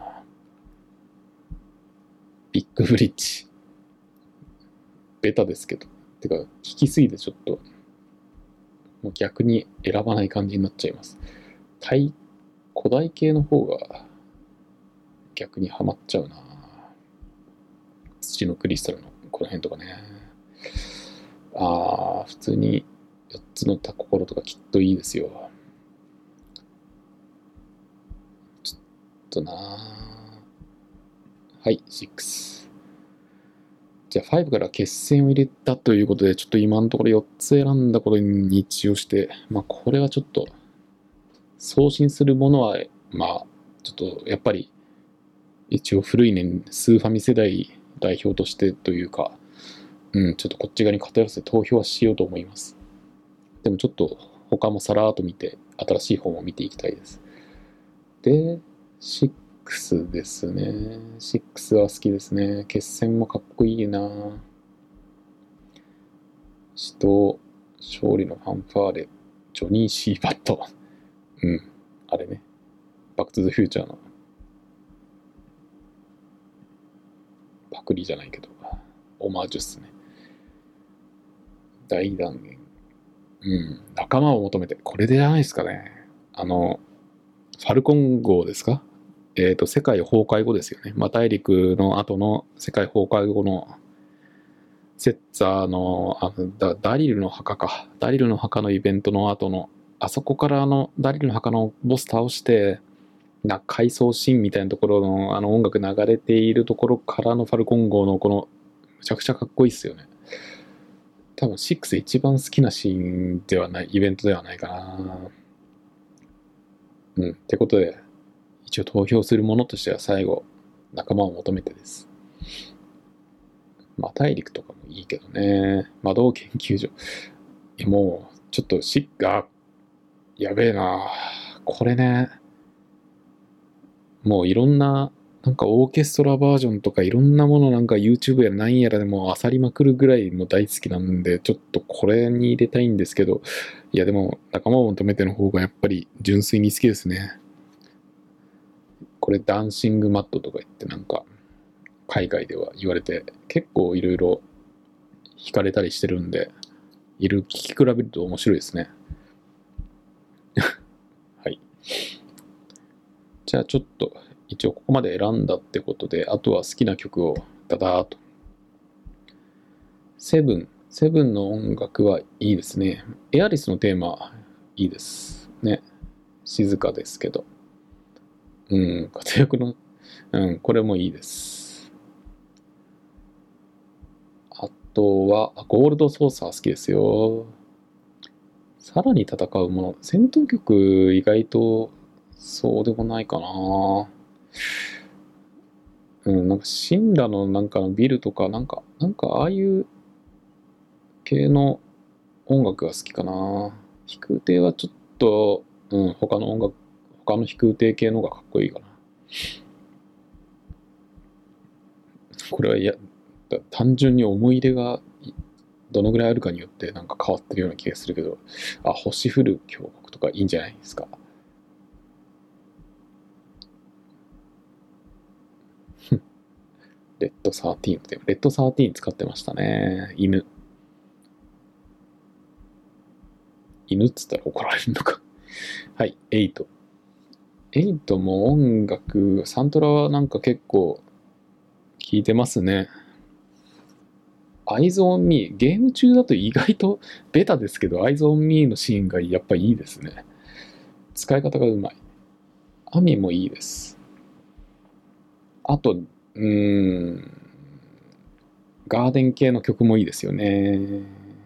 ビッグブリッジ。ベタですけど。てか、聞きすぎてちょっと、もう逆に選ばない感じになっちゃいます。古代系の方が逆にハマっちゃうな。土のクリスタルのこの辺とかね。普通に4つのタココロとかきっといいですよ。ちょっとなはい、6。じゃあ5から決戦を入れたということで、ちょっと今のところ4つ選んだことに一応して、これはちょっと、送信するものは、ちょっとやっぱり、一応古いね、スーファミ世代代表としてというか、ちょっとこっち側に偏らせて投票はしようと思います。でもちょっと他もさらーっと見て、新しい本を見ていきたいです。で、6ですね。6は好きですね。決戦もかっこいいな。死闘、勝利のファンファーレ、ジョニー・シーバット。あれね。バック・トゥ・ザ・フューチャーのパクリじゃないけど、オマージュっすね。大断言。仲間を求めて。これでじゃないですかね。ファルコン号ですか？世界崩壊後ですよね。大陸の後の世界崩壊後のセッツァーのダリルの墓か。ダリルの墓のイベントの後の、あそこからダリルの墓のボス倒して、回想シーンみたいなところの音楽流れているところからのファルコン号のこの、むちゃくちゃかっこいいっすよね。多分6一番好きなシーンではない、イベントではないかな。ってことで、一応投票するものとしては最後、仲間を求めてです。大陸とかもいいけどね。魔導研究所。もう、ちょっとやべえな。これね、もういろんななんかオーケストラバージョンとかいろんなものなんか YouTube やなんやらでも漁りまくるぐらいも大好きなんで、ちょっとこれに入れたいんですけど、いやでも仲間を求めての方がやっぱり純粋に好きですね。これダンシングマットとか言ってなんか海外では言われて結構いろいろ惹かれたりしてるんで、聞き比べると面白いですね。はい。じゃあちょっと一応ここまで選んだってことで、あとは好きな曲をダダーっと。セブンの音楽はいいですね。エアリスのテーマいいですね。静かですけど。活躍の、これもいいです。あとは、ゴールドソーサー好きですよ。さらに戦うもの。戦闘曲意外とそうでもないかな。なんかシンラのなんかのビルとか、なんかああいう系の音楽が好きかな。飛空艇はちょっと、他の飛空艇系の方がかっこいいかな。これはいや、単純に思い入れがどのぐらいあるかによってなんか変わってるような気がするけど、星降る峡谷とかいいんじゃないですか。レッドサーティーンって、レッドサーティーン使ってましたね。犬っつったら怒られるのか。はい、エイト。エイトも音楽、サントラはなんか結構聴いてますね。アイズオンミー、ゲーム中だと意外とベタですけど、アイズオンミーのシーンがやっぱいいですね。使い方がうまい。アミもいいです。あと、ガーデン系の曲もいいですよね。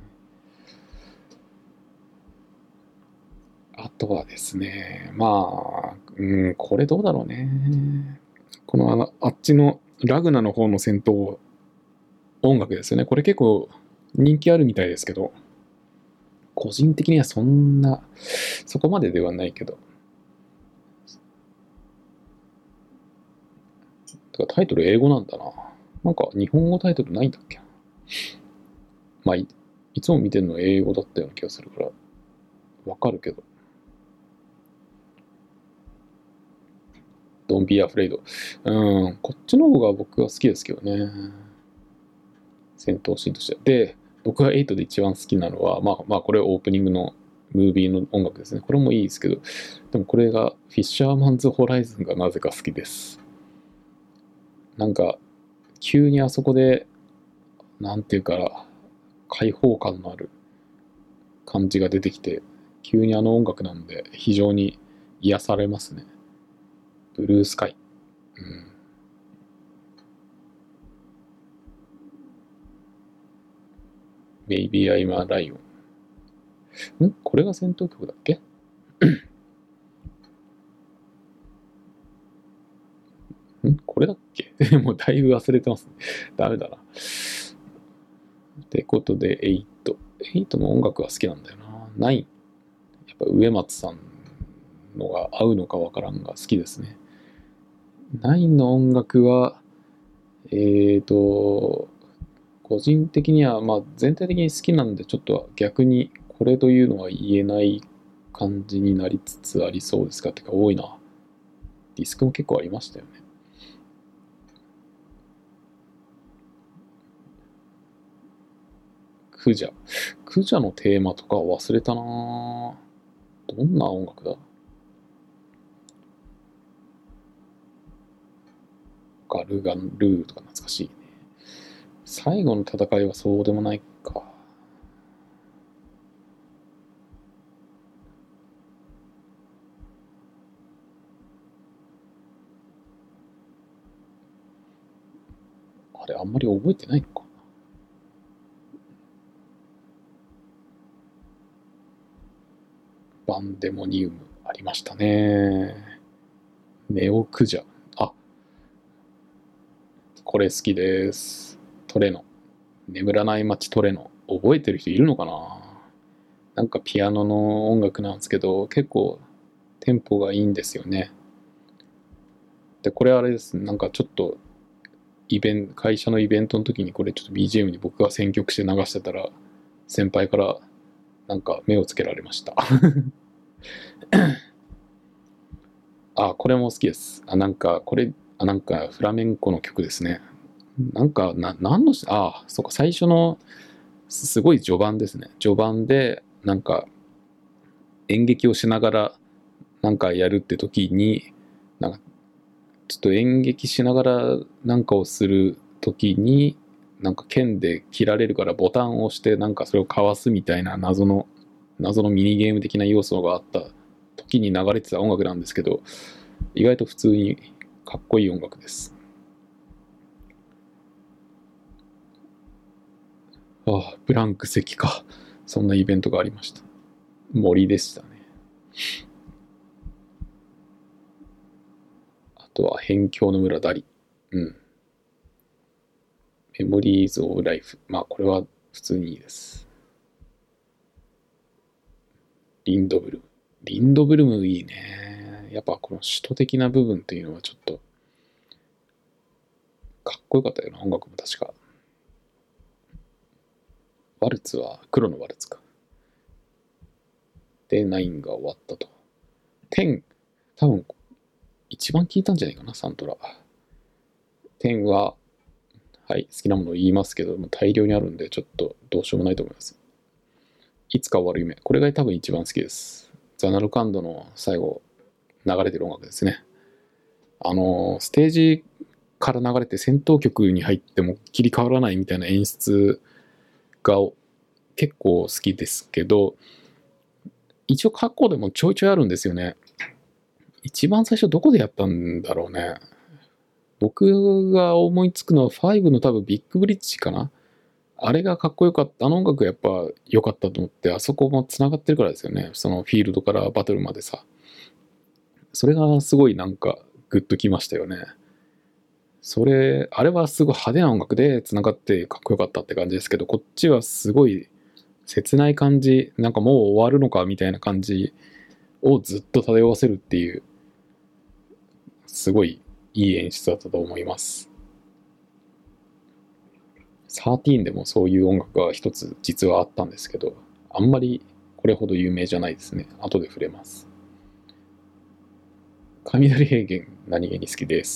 あとはですね、これどうだろうね。このあっちのラグナの方の戦闘音楽ですよね。これ結構人気あるみたいですけど、個人的にはそこまでではないけど。タイトル英語なんだな。なんか日本語タイトルないんだっけな。いつも見てるの英語だったような気がするから、わかるけど。Don't be afraid。こっちの方が僕は好きですけどね。戦闘シーンとして。で、僕が8で一番好きなのは、これオープニングのムービーの音楽ですね。これもいいですけど、でもこれがフィッシャーマンズ・ホライズンがなぜか好きです。なんか、急にあそこで、なんていうか、開放感のある感じが出てきて、急にあの音楽なんで非常に癒されますね。ブルースカイ。Maybe I'm a Lion。これが戦闘曲だっけこれだっけもうだいぶ忘れてますね。ダメだな。ってことで、8。8の音楽が好きなんだよな。9。やっぱ植松さんのが合うのかわからんが好きですね。9の音楽は、個人的には、全体的に好きなんで、ちょっと逆にこれというのは言えない感じになりつつありそうですか。てか多いな。ディスクも結構ありましたよね。クジャ。クジャのテーマとか忘れたな。どんな音楽だ。ガルガンルーとか懐かしいね。最後の戦いはそうでもないか。あれ、あんまり覚えてないのか。バンデモニウムありましたね。ネオクジャ。あ、これ好きです。トレノ。眠らない街トレノ。覚えてる人いるのかな。なんかピアノの音楽なんですけど、結構テンポがいいんですよね。 で、これあれです。なんかちょっと会社のイベントの時にこれちょっと BGM に僕が選曲して流してたら、先輩からなんか目をつけられました。あ、これも好きです。なんかフラメンコの曲ですね。何のそうか、最初の、すごい序盤ですね。序盤で、なんか、演劇をしながら、なんかやるって時に、なんか、ちょっと演劇しながらなんかをする時に、なんか剣で切られるからボタンを押して、なんかそれをかわすみたいな謎のミニゲーム的な要素があった時に流れてた音楽なんですけど、意外と普通にかっこいい音楽です。ブランク席か。そんなイベントがありました。森でしたね。あとは、辺境の村ダリ。うん。メモリーズ・オブ・ライフ。まあ、これは普通にいいです。リンドブルム。リンドブルムいいね。やっぱこの首都的な部分っていうのはちょっと、かっこよかったよな、音楽も確か。ワルツは黒のワルツか。で、9が終わったと。10、多分、一番聞いたんじゃないかな、サントラ。10は、はい、好きなものを言いますけども、大量にあるんで、ちょっとどうしようもないと思います。いつか終わる夢。これが多分一番好きです。ザナルカンドの最後、流れてる音楽ですね。ステージから流れて戦闘曲に入っても切り替わらないみたいな演出が結構好きですけど、一応過去でもちょいちょいあるんですよね。一番最初どこでやったんだろうね。僕が思いつくのは5の多分ビッグブリッジかな。あれがかっこよかった。あの音楽やっぱ良かったと思って、あそこも繋がってるからですよね。そのフィールドからバトルまでさ。それがすごいなんかグッときましたよね。あれはすごい派手な音楽で繋がってかっこよかったって感じですけど、こっちはすごい切ない感じ、なんかもう終わるのかみたいな感じをずっと漂わせるっていう、すごいいい演出だったと思います。13でもそういう音楽が一つ実はあったんですけど、あんまりこれほど有名じゃないですね。後で触れます。雷平原何気に好きです。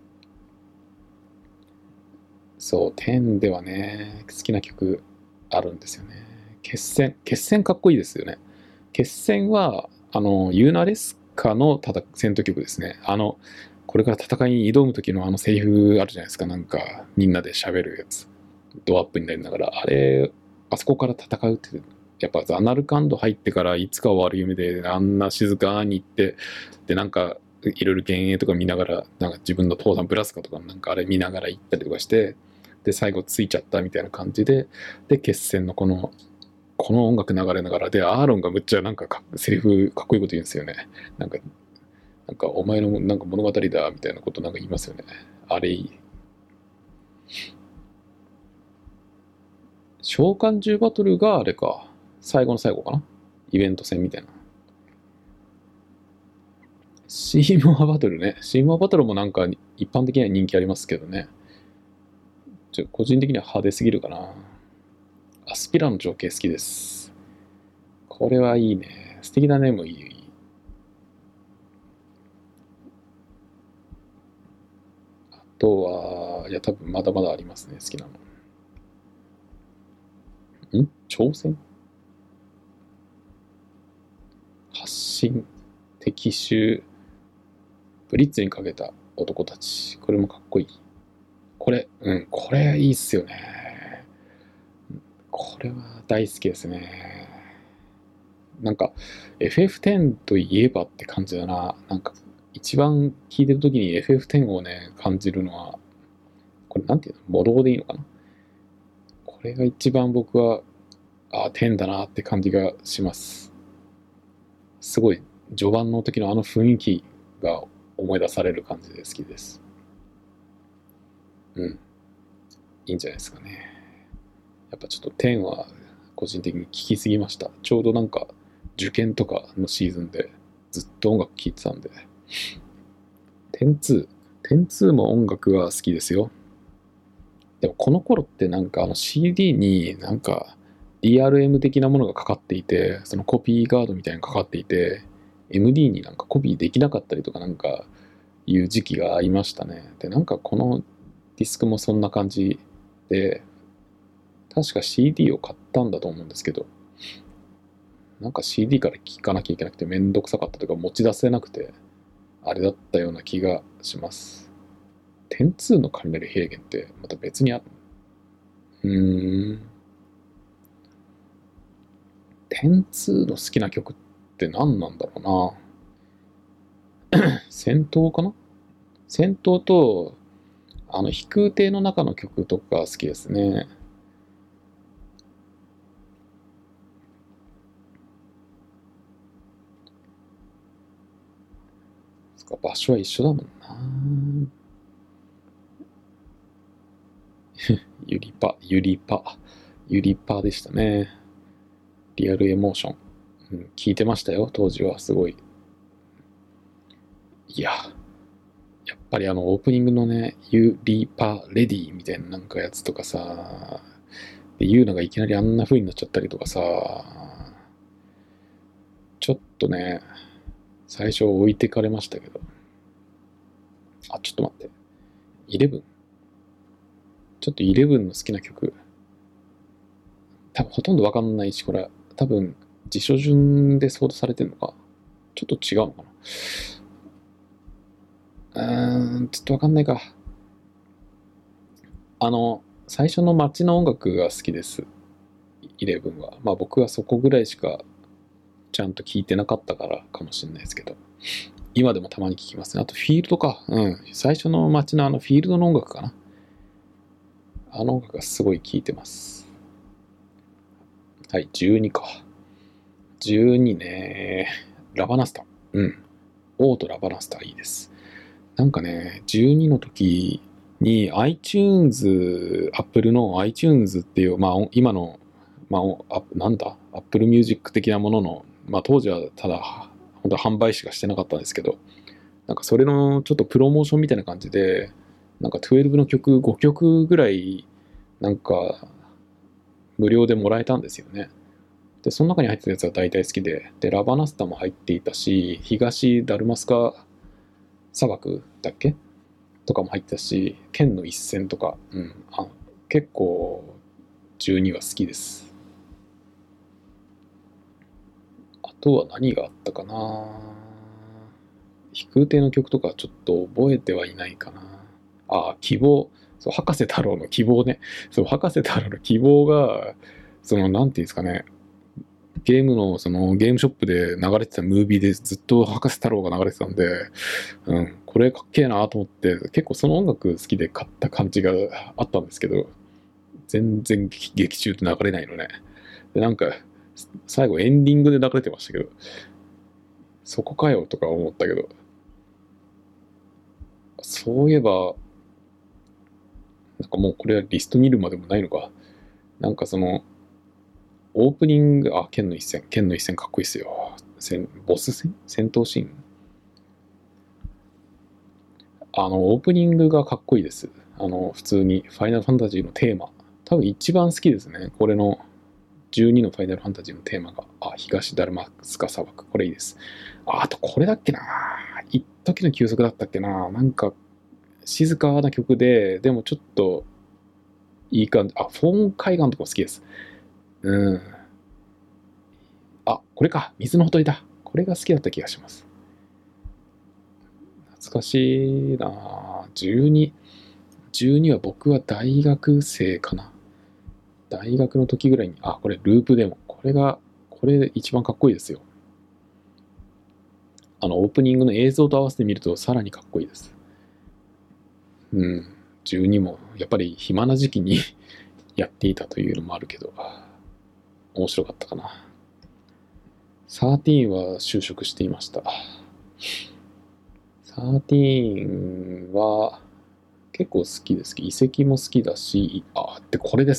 そう、10ではね、好きな曲あるんですよね。決戦かっこいいですよね。決戦は、ユーナレスカの戦闘曲ですね。これから戦いに挑む時のセリフあるじゃないですか。なんか、みんなで喋るやつ。ドアップになりながら、あそこから戦うって、やっぱザナルカンド入ってからいつか終わる夢で、あんな静かに行って、で、なんか、いろいろ幻影とか見ながら、なんか自分の父さんブラスカとかなんかあれ見ながら行ったりとかして、で、最後ついちゃったみたいな感じで、決戦のこの音楽流れながら、で、アーロンがむっちゃなんかセリフかっこいいこと言うんですよね。なんか、お前のなんか物語だみたいなことなんか言いますよね。あれいい。召喚獣バトルがあれか。最後の最後かな。イベント戦みたいな。シーモアバトルね。シーモアバトルもなんか一般的には人気ありますけどね。個人的には派手すぎるかな。アスピラの情景好きです。これはいいね。素敵だね、もういい。あとは、いや、多分まだまだありますね、好きなの。挑戦発信敵襲ブリッツにかけた男たち。これもかっこいい。これいいっすよね。これは大好きですね。なんか、FF10 といえばって感じだな。なんか、一番聴いてる時に FF10 をね、感じるのは、これなんていうのモローでいいのかな。これが一番僕は、10だなって感じがします。すごい、序盤の時のあの雰囲気が思い出される感じで好きです。うん。いいんじゃないですかね。やっぱちょっと10は個人的に聴きすぎました。ちょうどなんか受験とかのシーズンでずっと音楽聴いてたんで。102 10-2も音楽は好きですよ。でもこの頃ってなんかCD になんか DRM 的なものがかかっていて、そのコピーガードみたいなのがかかっていて、MD になんかコピーできなかったりとかなんかいう時期がありましたね。で、なんかこのディスクもそんな感じで、確か CD を買ったんだと思うんですけど、なんか CD から聴かなきゃいけなくてめんどくさかったというか持ち出せなくて、あれだったような気がします。10-2の雷平原ってまた別にあるの10-2の好きな曲って何なんだろうな。戦闘かな。戦闘と、飛空艇の中の曲とか好きですね。場所は一緒だもんな。ユリパでしたね。リアルエモーション。聞いてましたよ、当時はすごい。いや、やっぱりオープニングのね、ユリパレディみたいななんかやつとかさ、で言うのがいきなりあんな風になっちゃったりとかさ、ちょっとね、最初置いてかれましたけど。あ、ちょっと待って。11? ちょっと11の好きな曲。多分ほとんどわかんないし、これ、多分辞書順でソートされてるのか。ちょっと違うのかな。ちょっとわかんないか。最初の街の音楽が好きです。11は。まあ僕はそこぐらいしかちゃんと聞いてなかったからかもしれないですけど。今でもたまに聞きますね。あとフィールドか。最初の街のフィールドの音楽かな。あの音楽がすごい聴いてます。はい、12か。12ね。ラバナスタ。オートラバナスタいいです。なんかね、12の時に iTunes、Apple の iTunes っていう、まあ今の、まあ、なんだ、Apple Music 的なものの、まあ当時はただ、本当販売しかしてなかったんですけど、なんかそれのちょっとプロモーションみたいな感じで、なんか12の曲5曲ぐらい、なんか無料でもらえたんですよね。で、その中に入ってたやつは大体好きで、で、ラバナスタも入っていたし、東ダルマスカ砂漠だっけとかも入ってたし、剣の一戦とか、結構12は好きです。あとは何があったかな。飛空艇の曲とかちょっと覚えてはいないかな。希望。そう、博士太郎の希望ね。そう、博士太郎の希望が、なんていうんですかね、ゲームの、ゲームショップで流れてたムービーでずっと博士太郎が流れてたんで、これかっけえなと思って、結構その音楽好きで買った感じがあったんですけど、全然劇中で流れないのね。で、なんか、最後エンディングで流れてましたけど、そこかよとか思ったけど、そういえば、なんかもうこれはリスト見るまでもないのか。なんかオープニング、剣の一戦かっこいいっすよ。ボス戦戦闘シーン。オープニングがかっこいいです。普通に、ファイナルファンタジーのテーマ。多分一番好きですね。これの12のファイナルファンタジーのテーマが。東ダルマスカ砂漠。これいいです。あとこれだっけな。一時の休息だったっけな。なんか、静かな曲で、でもちょっと、いい感じ。フォン海岸とか好きです。うん。これか。水のほとりだ。これが好きだった気がします。懐かしいな。12は僕は大学生かな。大学の時ぐらいに、これループデモ。これ一番かっこいいですよ。オープニングの映像と合わせてみるとさらにかっこいいです。12も、やっぱり暇な時期にやっていたというのもあるけど、面白かったかな。13は就職していました。13は結構好きです。遺跡も好きだし、これです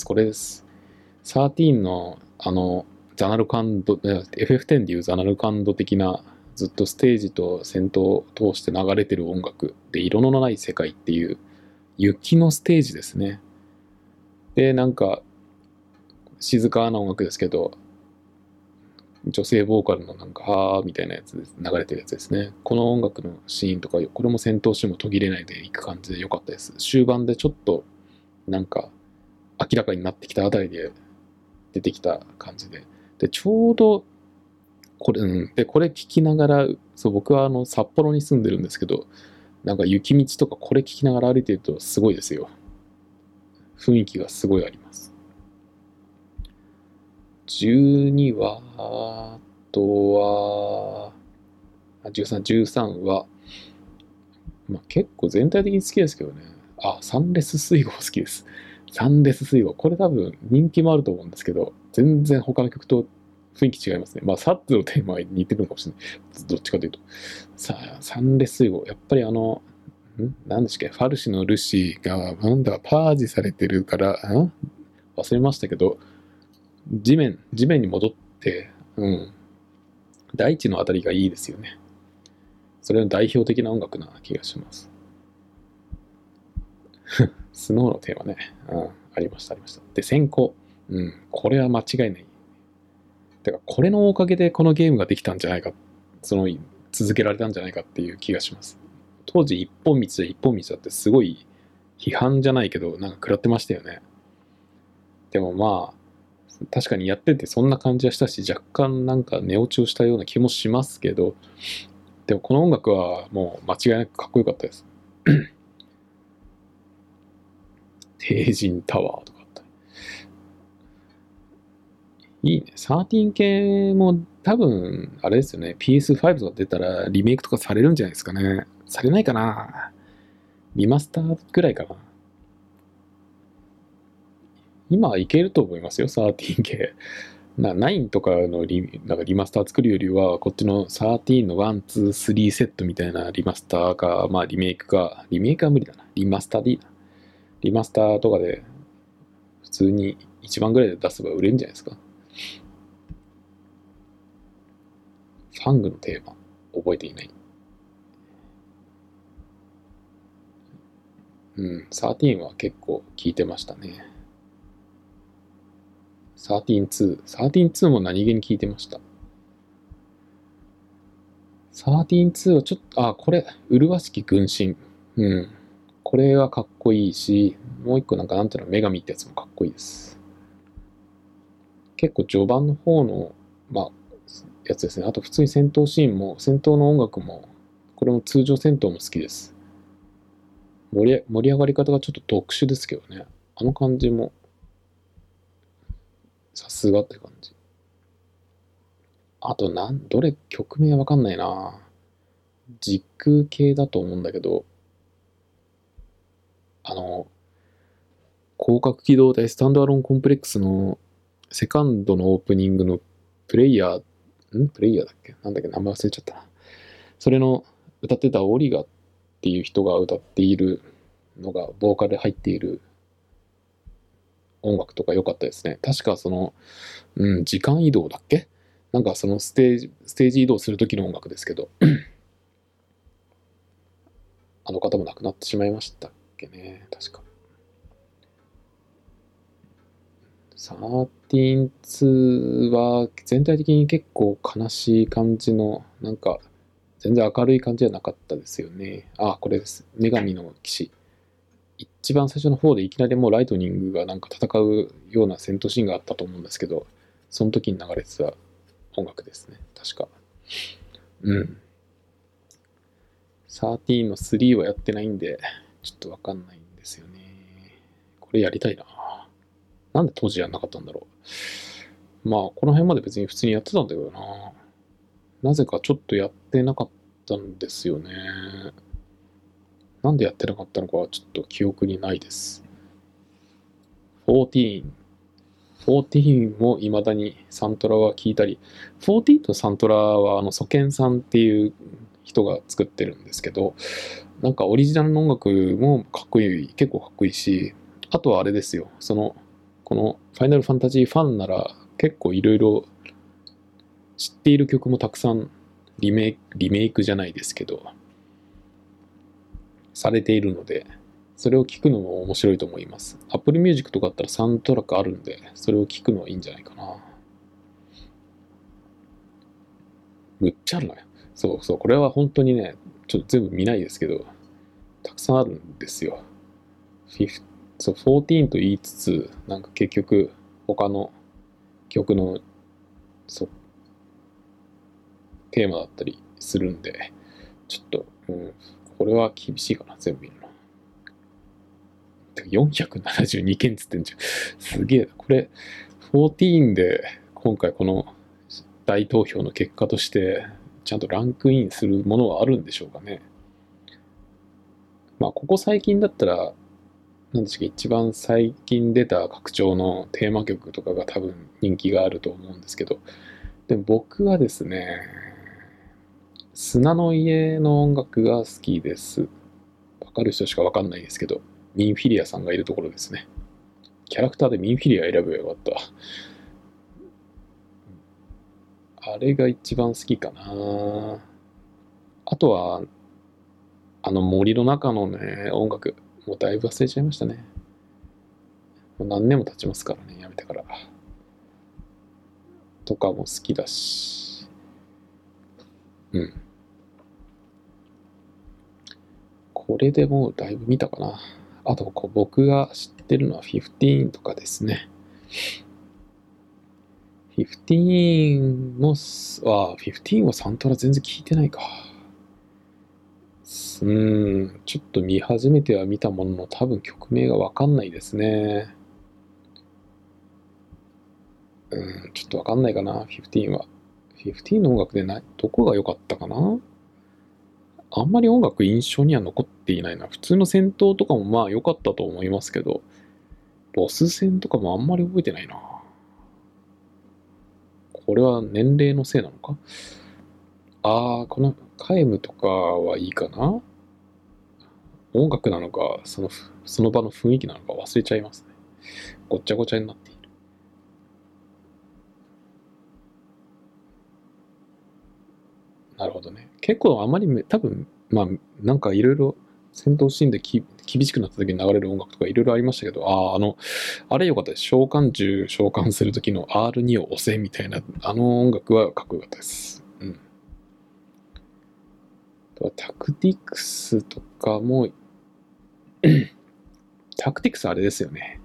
。13のザナルカンド、FF10 でいうザナルカンド的なずっとステージと戦闘を通して流れてる音楽で、色のない世界っていう雪のステージですね。で、なんか静かな音楽ですけど、女性ボーカルのなんかはーみたいなやつです、流れてるやつですね。この音楽のシーンとか、これも戦闘シーンも途切れないでいく感じで良かったです。終盤でちょっとなんか明らかになってきたあたりで出てきた感じで。で、ちょうどこれ、で、これ聞きながら、そう、僕は札幌に住んでるんですけど、なんか雪道とかこれ聞きながら歩いてるとすごいですよ。雰囲気がすごいあります。12話、あとは、13、13は、まあ、結構全体的に好きですけどね。あ、サンレス水郷好きです。サンレス水郷。これ多分人気もあると思うんですけど、全然他の曲と雰囲気違いますね。まあ、サッツのテーマは似てるのかもしれない。どっちかというと。さあ、サンレス水郷。やっぱり何でしたっけ、ファルシのルシーが、なんだかパージされてるから、忘れましたけど、地面に戻って、大地のあたりがいいですよね。それの代表的な音楽な気がします。スノーのテーマね。ありました、ありました。で、先行。これは間違いない。てか、これのおかげでこのゲームができたんじゃないか、続けられたんじゃないかっていう気がします。当時一本道だってすごい批判じゃないけど、なんか食らってましたよね。でもまあ、確かにやっててそんな感じはしたし、若干なんか寝落ちをしたような気もしますけど、でもこの音楽はもう間違いなくかっこよかったです。帝人タワーとかあった。いいね。13系も多分、あれですよね。PS5 とか出たらリメイクとかされるんじゃないですかね。されないかな。リマスターぐらいかな。今はいけると思いますよ、13系。9とかのなんかリマスター作るよりは、こっちの13の1、2、3セットみたいなリマスターか、まあリメイクは無理だな。リマスターでいいな。リマスターとかで普通に1万ぐらいで出せば売れるんじゃないですか。ファングのテーマ、覚えていない。13は結構聞いてましたね。13-2。13-2も何気に聞いてました。13-2はちょっと、これ、麗しき軍神。これはかっこいいし、もう一個なんかなんていうの、女神ってやつもかっこいいです。結構序盤の方の、まあ、やつですね。あと普通に戦闘シーンも、戦闘の音楽も、これも通常戦闘も好きです。盛り上がり方がちょっと特殊ですけどね。あの感じも、さすがって感じ。あと、曲名わかんないな。時空系だと思うんだけど、広角機動隊スタンドアローンコンプレックスのセカンドのオープニングのプレイヤーだっけなんだっけ名前忘れちゃったな。それの歌ってたオリガっていう人が歌っているのが、ボーカルで入っている音楽とか良かったですね。確か時間移動だっけなんかそのステージ移動する時の音楽ですけど、あの方も亡くなってしまいましたっけね、確か。13-2は全体的に結構悲しい感じの、なんか全然明るい感じじゃなかったですよね。これです。女神の騎士。一番最初の方でいきなりもうライトニングがなんか戦うような戦闘シーンがあったと思うんですけど、その時に流れてた音楽ですね。確か。13の3はやってないんで、ちょっとわかんないんですよね。これやりたいな。なんで当時やんなかったんだろう。まあ、この辺まで別に普通にやってたんだけどな。なぜかちょっとやってなかったんですよね。なんでやってなかったのかはちょっと記憶にないです。14。14も未だにサントラは聞いたり、14とサントラはソケンさんっていう人が作ってるんですけど、なんかオリジナルの音楽もかっこいい、結構かっこいいし、あとはあれですよ、このファイナルファンタジーファンなら結構いろいろ知っている曲もたくさんリメイクじゃないですけど、されているので、それを聞くのも面白いと思います。Apple Music とかあったらサウンドトラックあるんで、それを聞くのはいいんじゃないかな。むっちゃあるのよ。そうそう、これは本当にね、ちょっと全部見ないですけど、たくさんあるんですよ。そう、14と言いつつ、なんか結局、他の曲の、そう、テーマだったりするんで、ちょっと、これは厳しいかな、全部見るの。472件つってんじゃん。すげえな。これ、14で、今回この大投票の結果として、ちゃんとランクインするものはあるんでしょうかね。まあ、ここ最近だったら、なんですか、一番最近出た拡張のテーマ曲とかが多分人気があると思うんですけど、でも僕はですね、砂の家の音楽が好きです。わかる人しかわかんないですけど、ミンフィリアさんがいるところですね。キャラクターでミンフィリア選べばよかった。あれが一番好きかな。あとは、あの森の中のね、音楽、もうだいぶ忘れちゃいましたね。もう何年も経ちますからね、やめてから。とかも好きだし。うん。これでもうだいぶ見たかな。あと、僕が知ってるのは15とかですね。15も、15はサントラ全然聞いてないか。ちょっと見始めては見たものの多分曲名がわかんないですね。ちょっとわかんないかな、15は。15の音楽でどこが良かったかな。あんまり音楽印象には残っていないな。普通の戦闘とかもまあ良かったと思いますけど、ボス戦とかもあんまり覚えてないな。これは年齢のせいなのか。このカエムとかはいいかな。音楽なのか、その場の雰囲気なのか忘れちゃいますね。ごっちゃごちゃになっている。なるほどね。結構あんまり多分、まあ、なんかいろいろ戦闘シーンで厳しくなった時に流れる音楽とかいろいろありましたけど、あれ良かったです。召喚獣召喚する時の R2 を押せみたいな、あの音楽はかっこよかったです。うん。あとはタクティクスとかも、タクティクスあれですよね。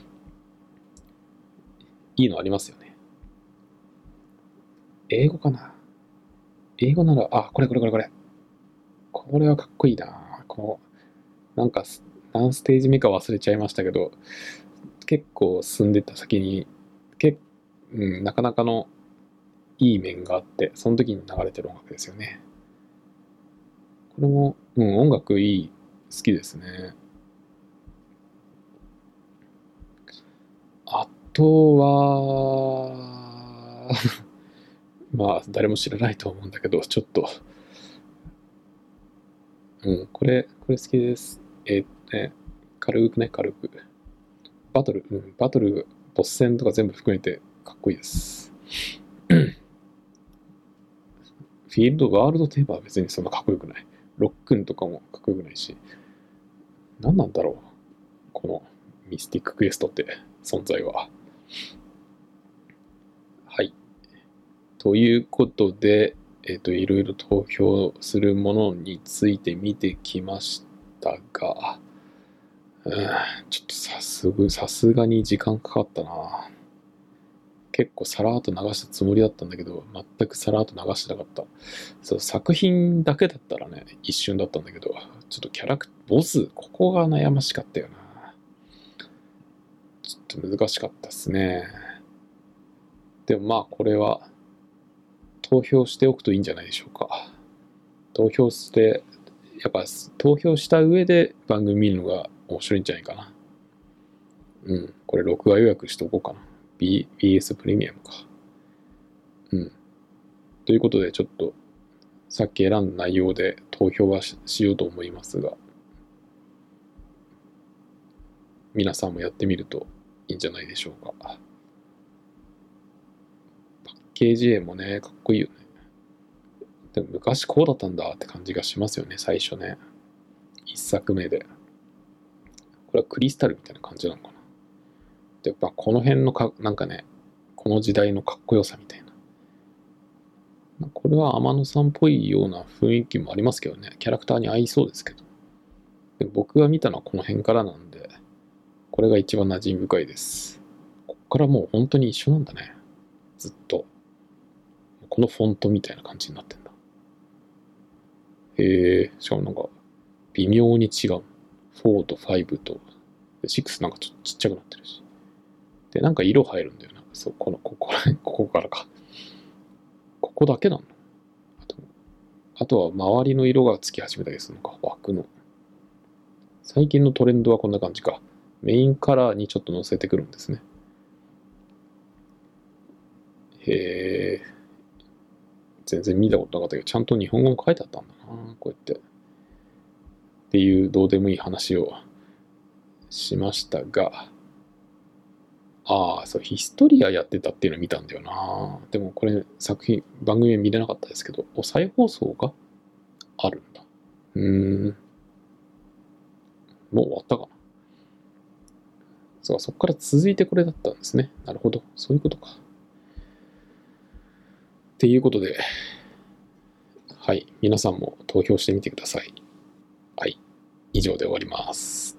いいのありますよね。英語かな。英語なら、これ。これはかっこいいな。なんか、何ステージ目か忘れちゃいましたけど、結構進んでった先に、けなかなかのいい面があって、その時に流れてる音楽ですよね。これも、音楽いい、好きですね。あとは、まあ、誰も知らないと思うんだけど、ちょっと、これ好きです。軽くね、軽く。バトル、ボス戦とか全部含めてかっこいいです。フィールド、ワールドテーマは別にそんなかっこよくない。ロックンとかもかっこよくないし、何なんだろう、このミスティッククエストって存在は。はい。ということで、いろいろ投票するものについて見てきましたが、うん、ちょっとさすがに時間かかったな。結構さらっと流したつもりだったんだけど、全くさらっと流してなかった。そう、作品だけだったらね、一瞬だったんだけど、ちょっとボス、ここが悩ましかったよな。ちょっと難しかったですね。でもまあ、これは投票しておくといいんじゃないでしょうか。投票して、やっぱ投票した上で番組見るのが面白いんじゃないかな。これ録画予約しておこうかな。BS プレミアムか。うん。ということで、ちょっとさっき選んだ内容で投票はしようと思いますが、皆さんもやってみるといいんじゃないでしょうか。パッケージ絵もね、かっこいいよね。 でも昔こうだったんだって感じがしますよね、最初ね。一作目で。これはクリスタルみたいな感じなのかな。で、やっぱこの辺のなんかね、この時代のかっこよさみたいな。これは天野さんっぽいような雰囲気もありますけどね。キャラクターに合いそうですけど。で僕が見たのはこの辺からなんで、これが一番馴染み深いです。こっからもう本当に一緒なんだね。ずっと。このフォントみたいな感じになってんだ。しかもなんか微妙に違う。4と5と、6なんかちょっとちっちゃくなってるし。で、なんか色入るんだよな。そう、ここからか。ここだけなの？あとは周りの色がつき始めたりするのか。枠の。最近のトレンドはこんな感じか。メインカラーにちょっと乗せてくるんですね。へえ。全然見たことなかったけど、ちゃんと日本語も書いてあったんだな。こうやって。っていうどうでもいい話をしましたが、ああ、そう、ヒストリアやってたっていうのを見たんだよな。でもこれ番組は見れなかったですけど、再放送があるんだ。もう終わったかな。そこから続いてこれだったんですね。なるほど。そういうことか。っていうことで、はい。皆さんも投票してみてください。はい。以上で終わります。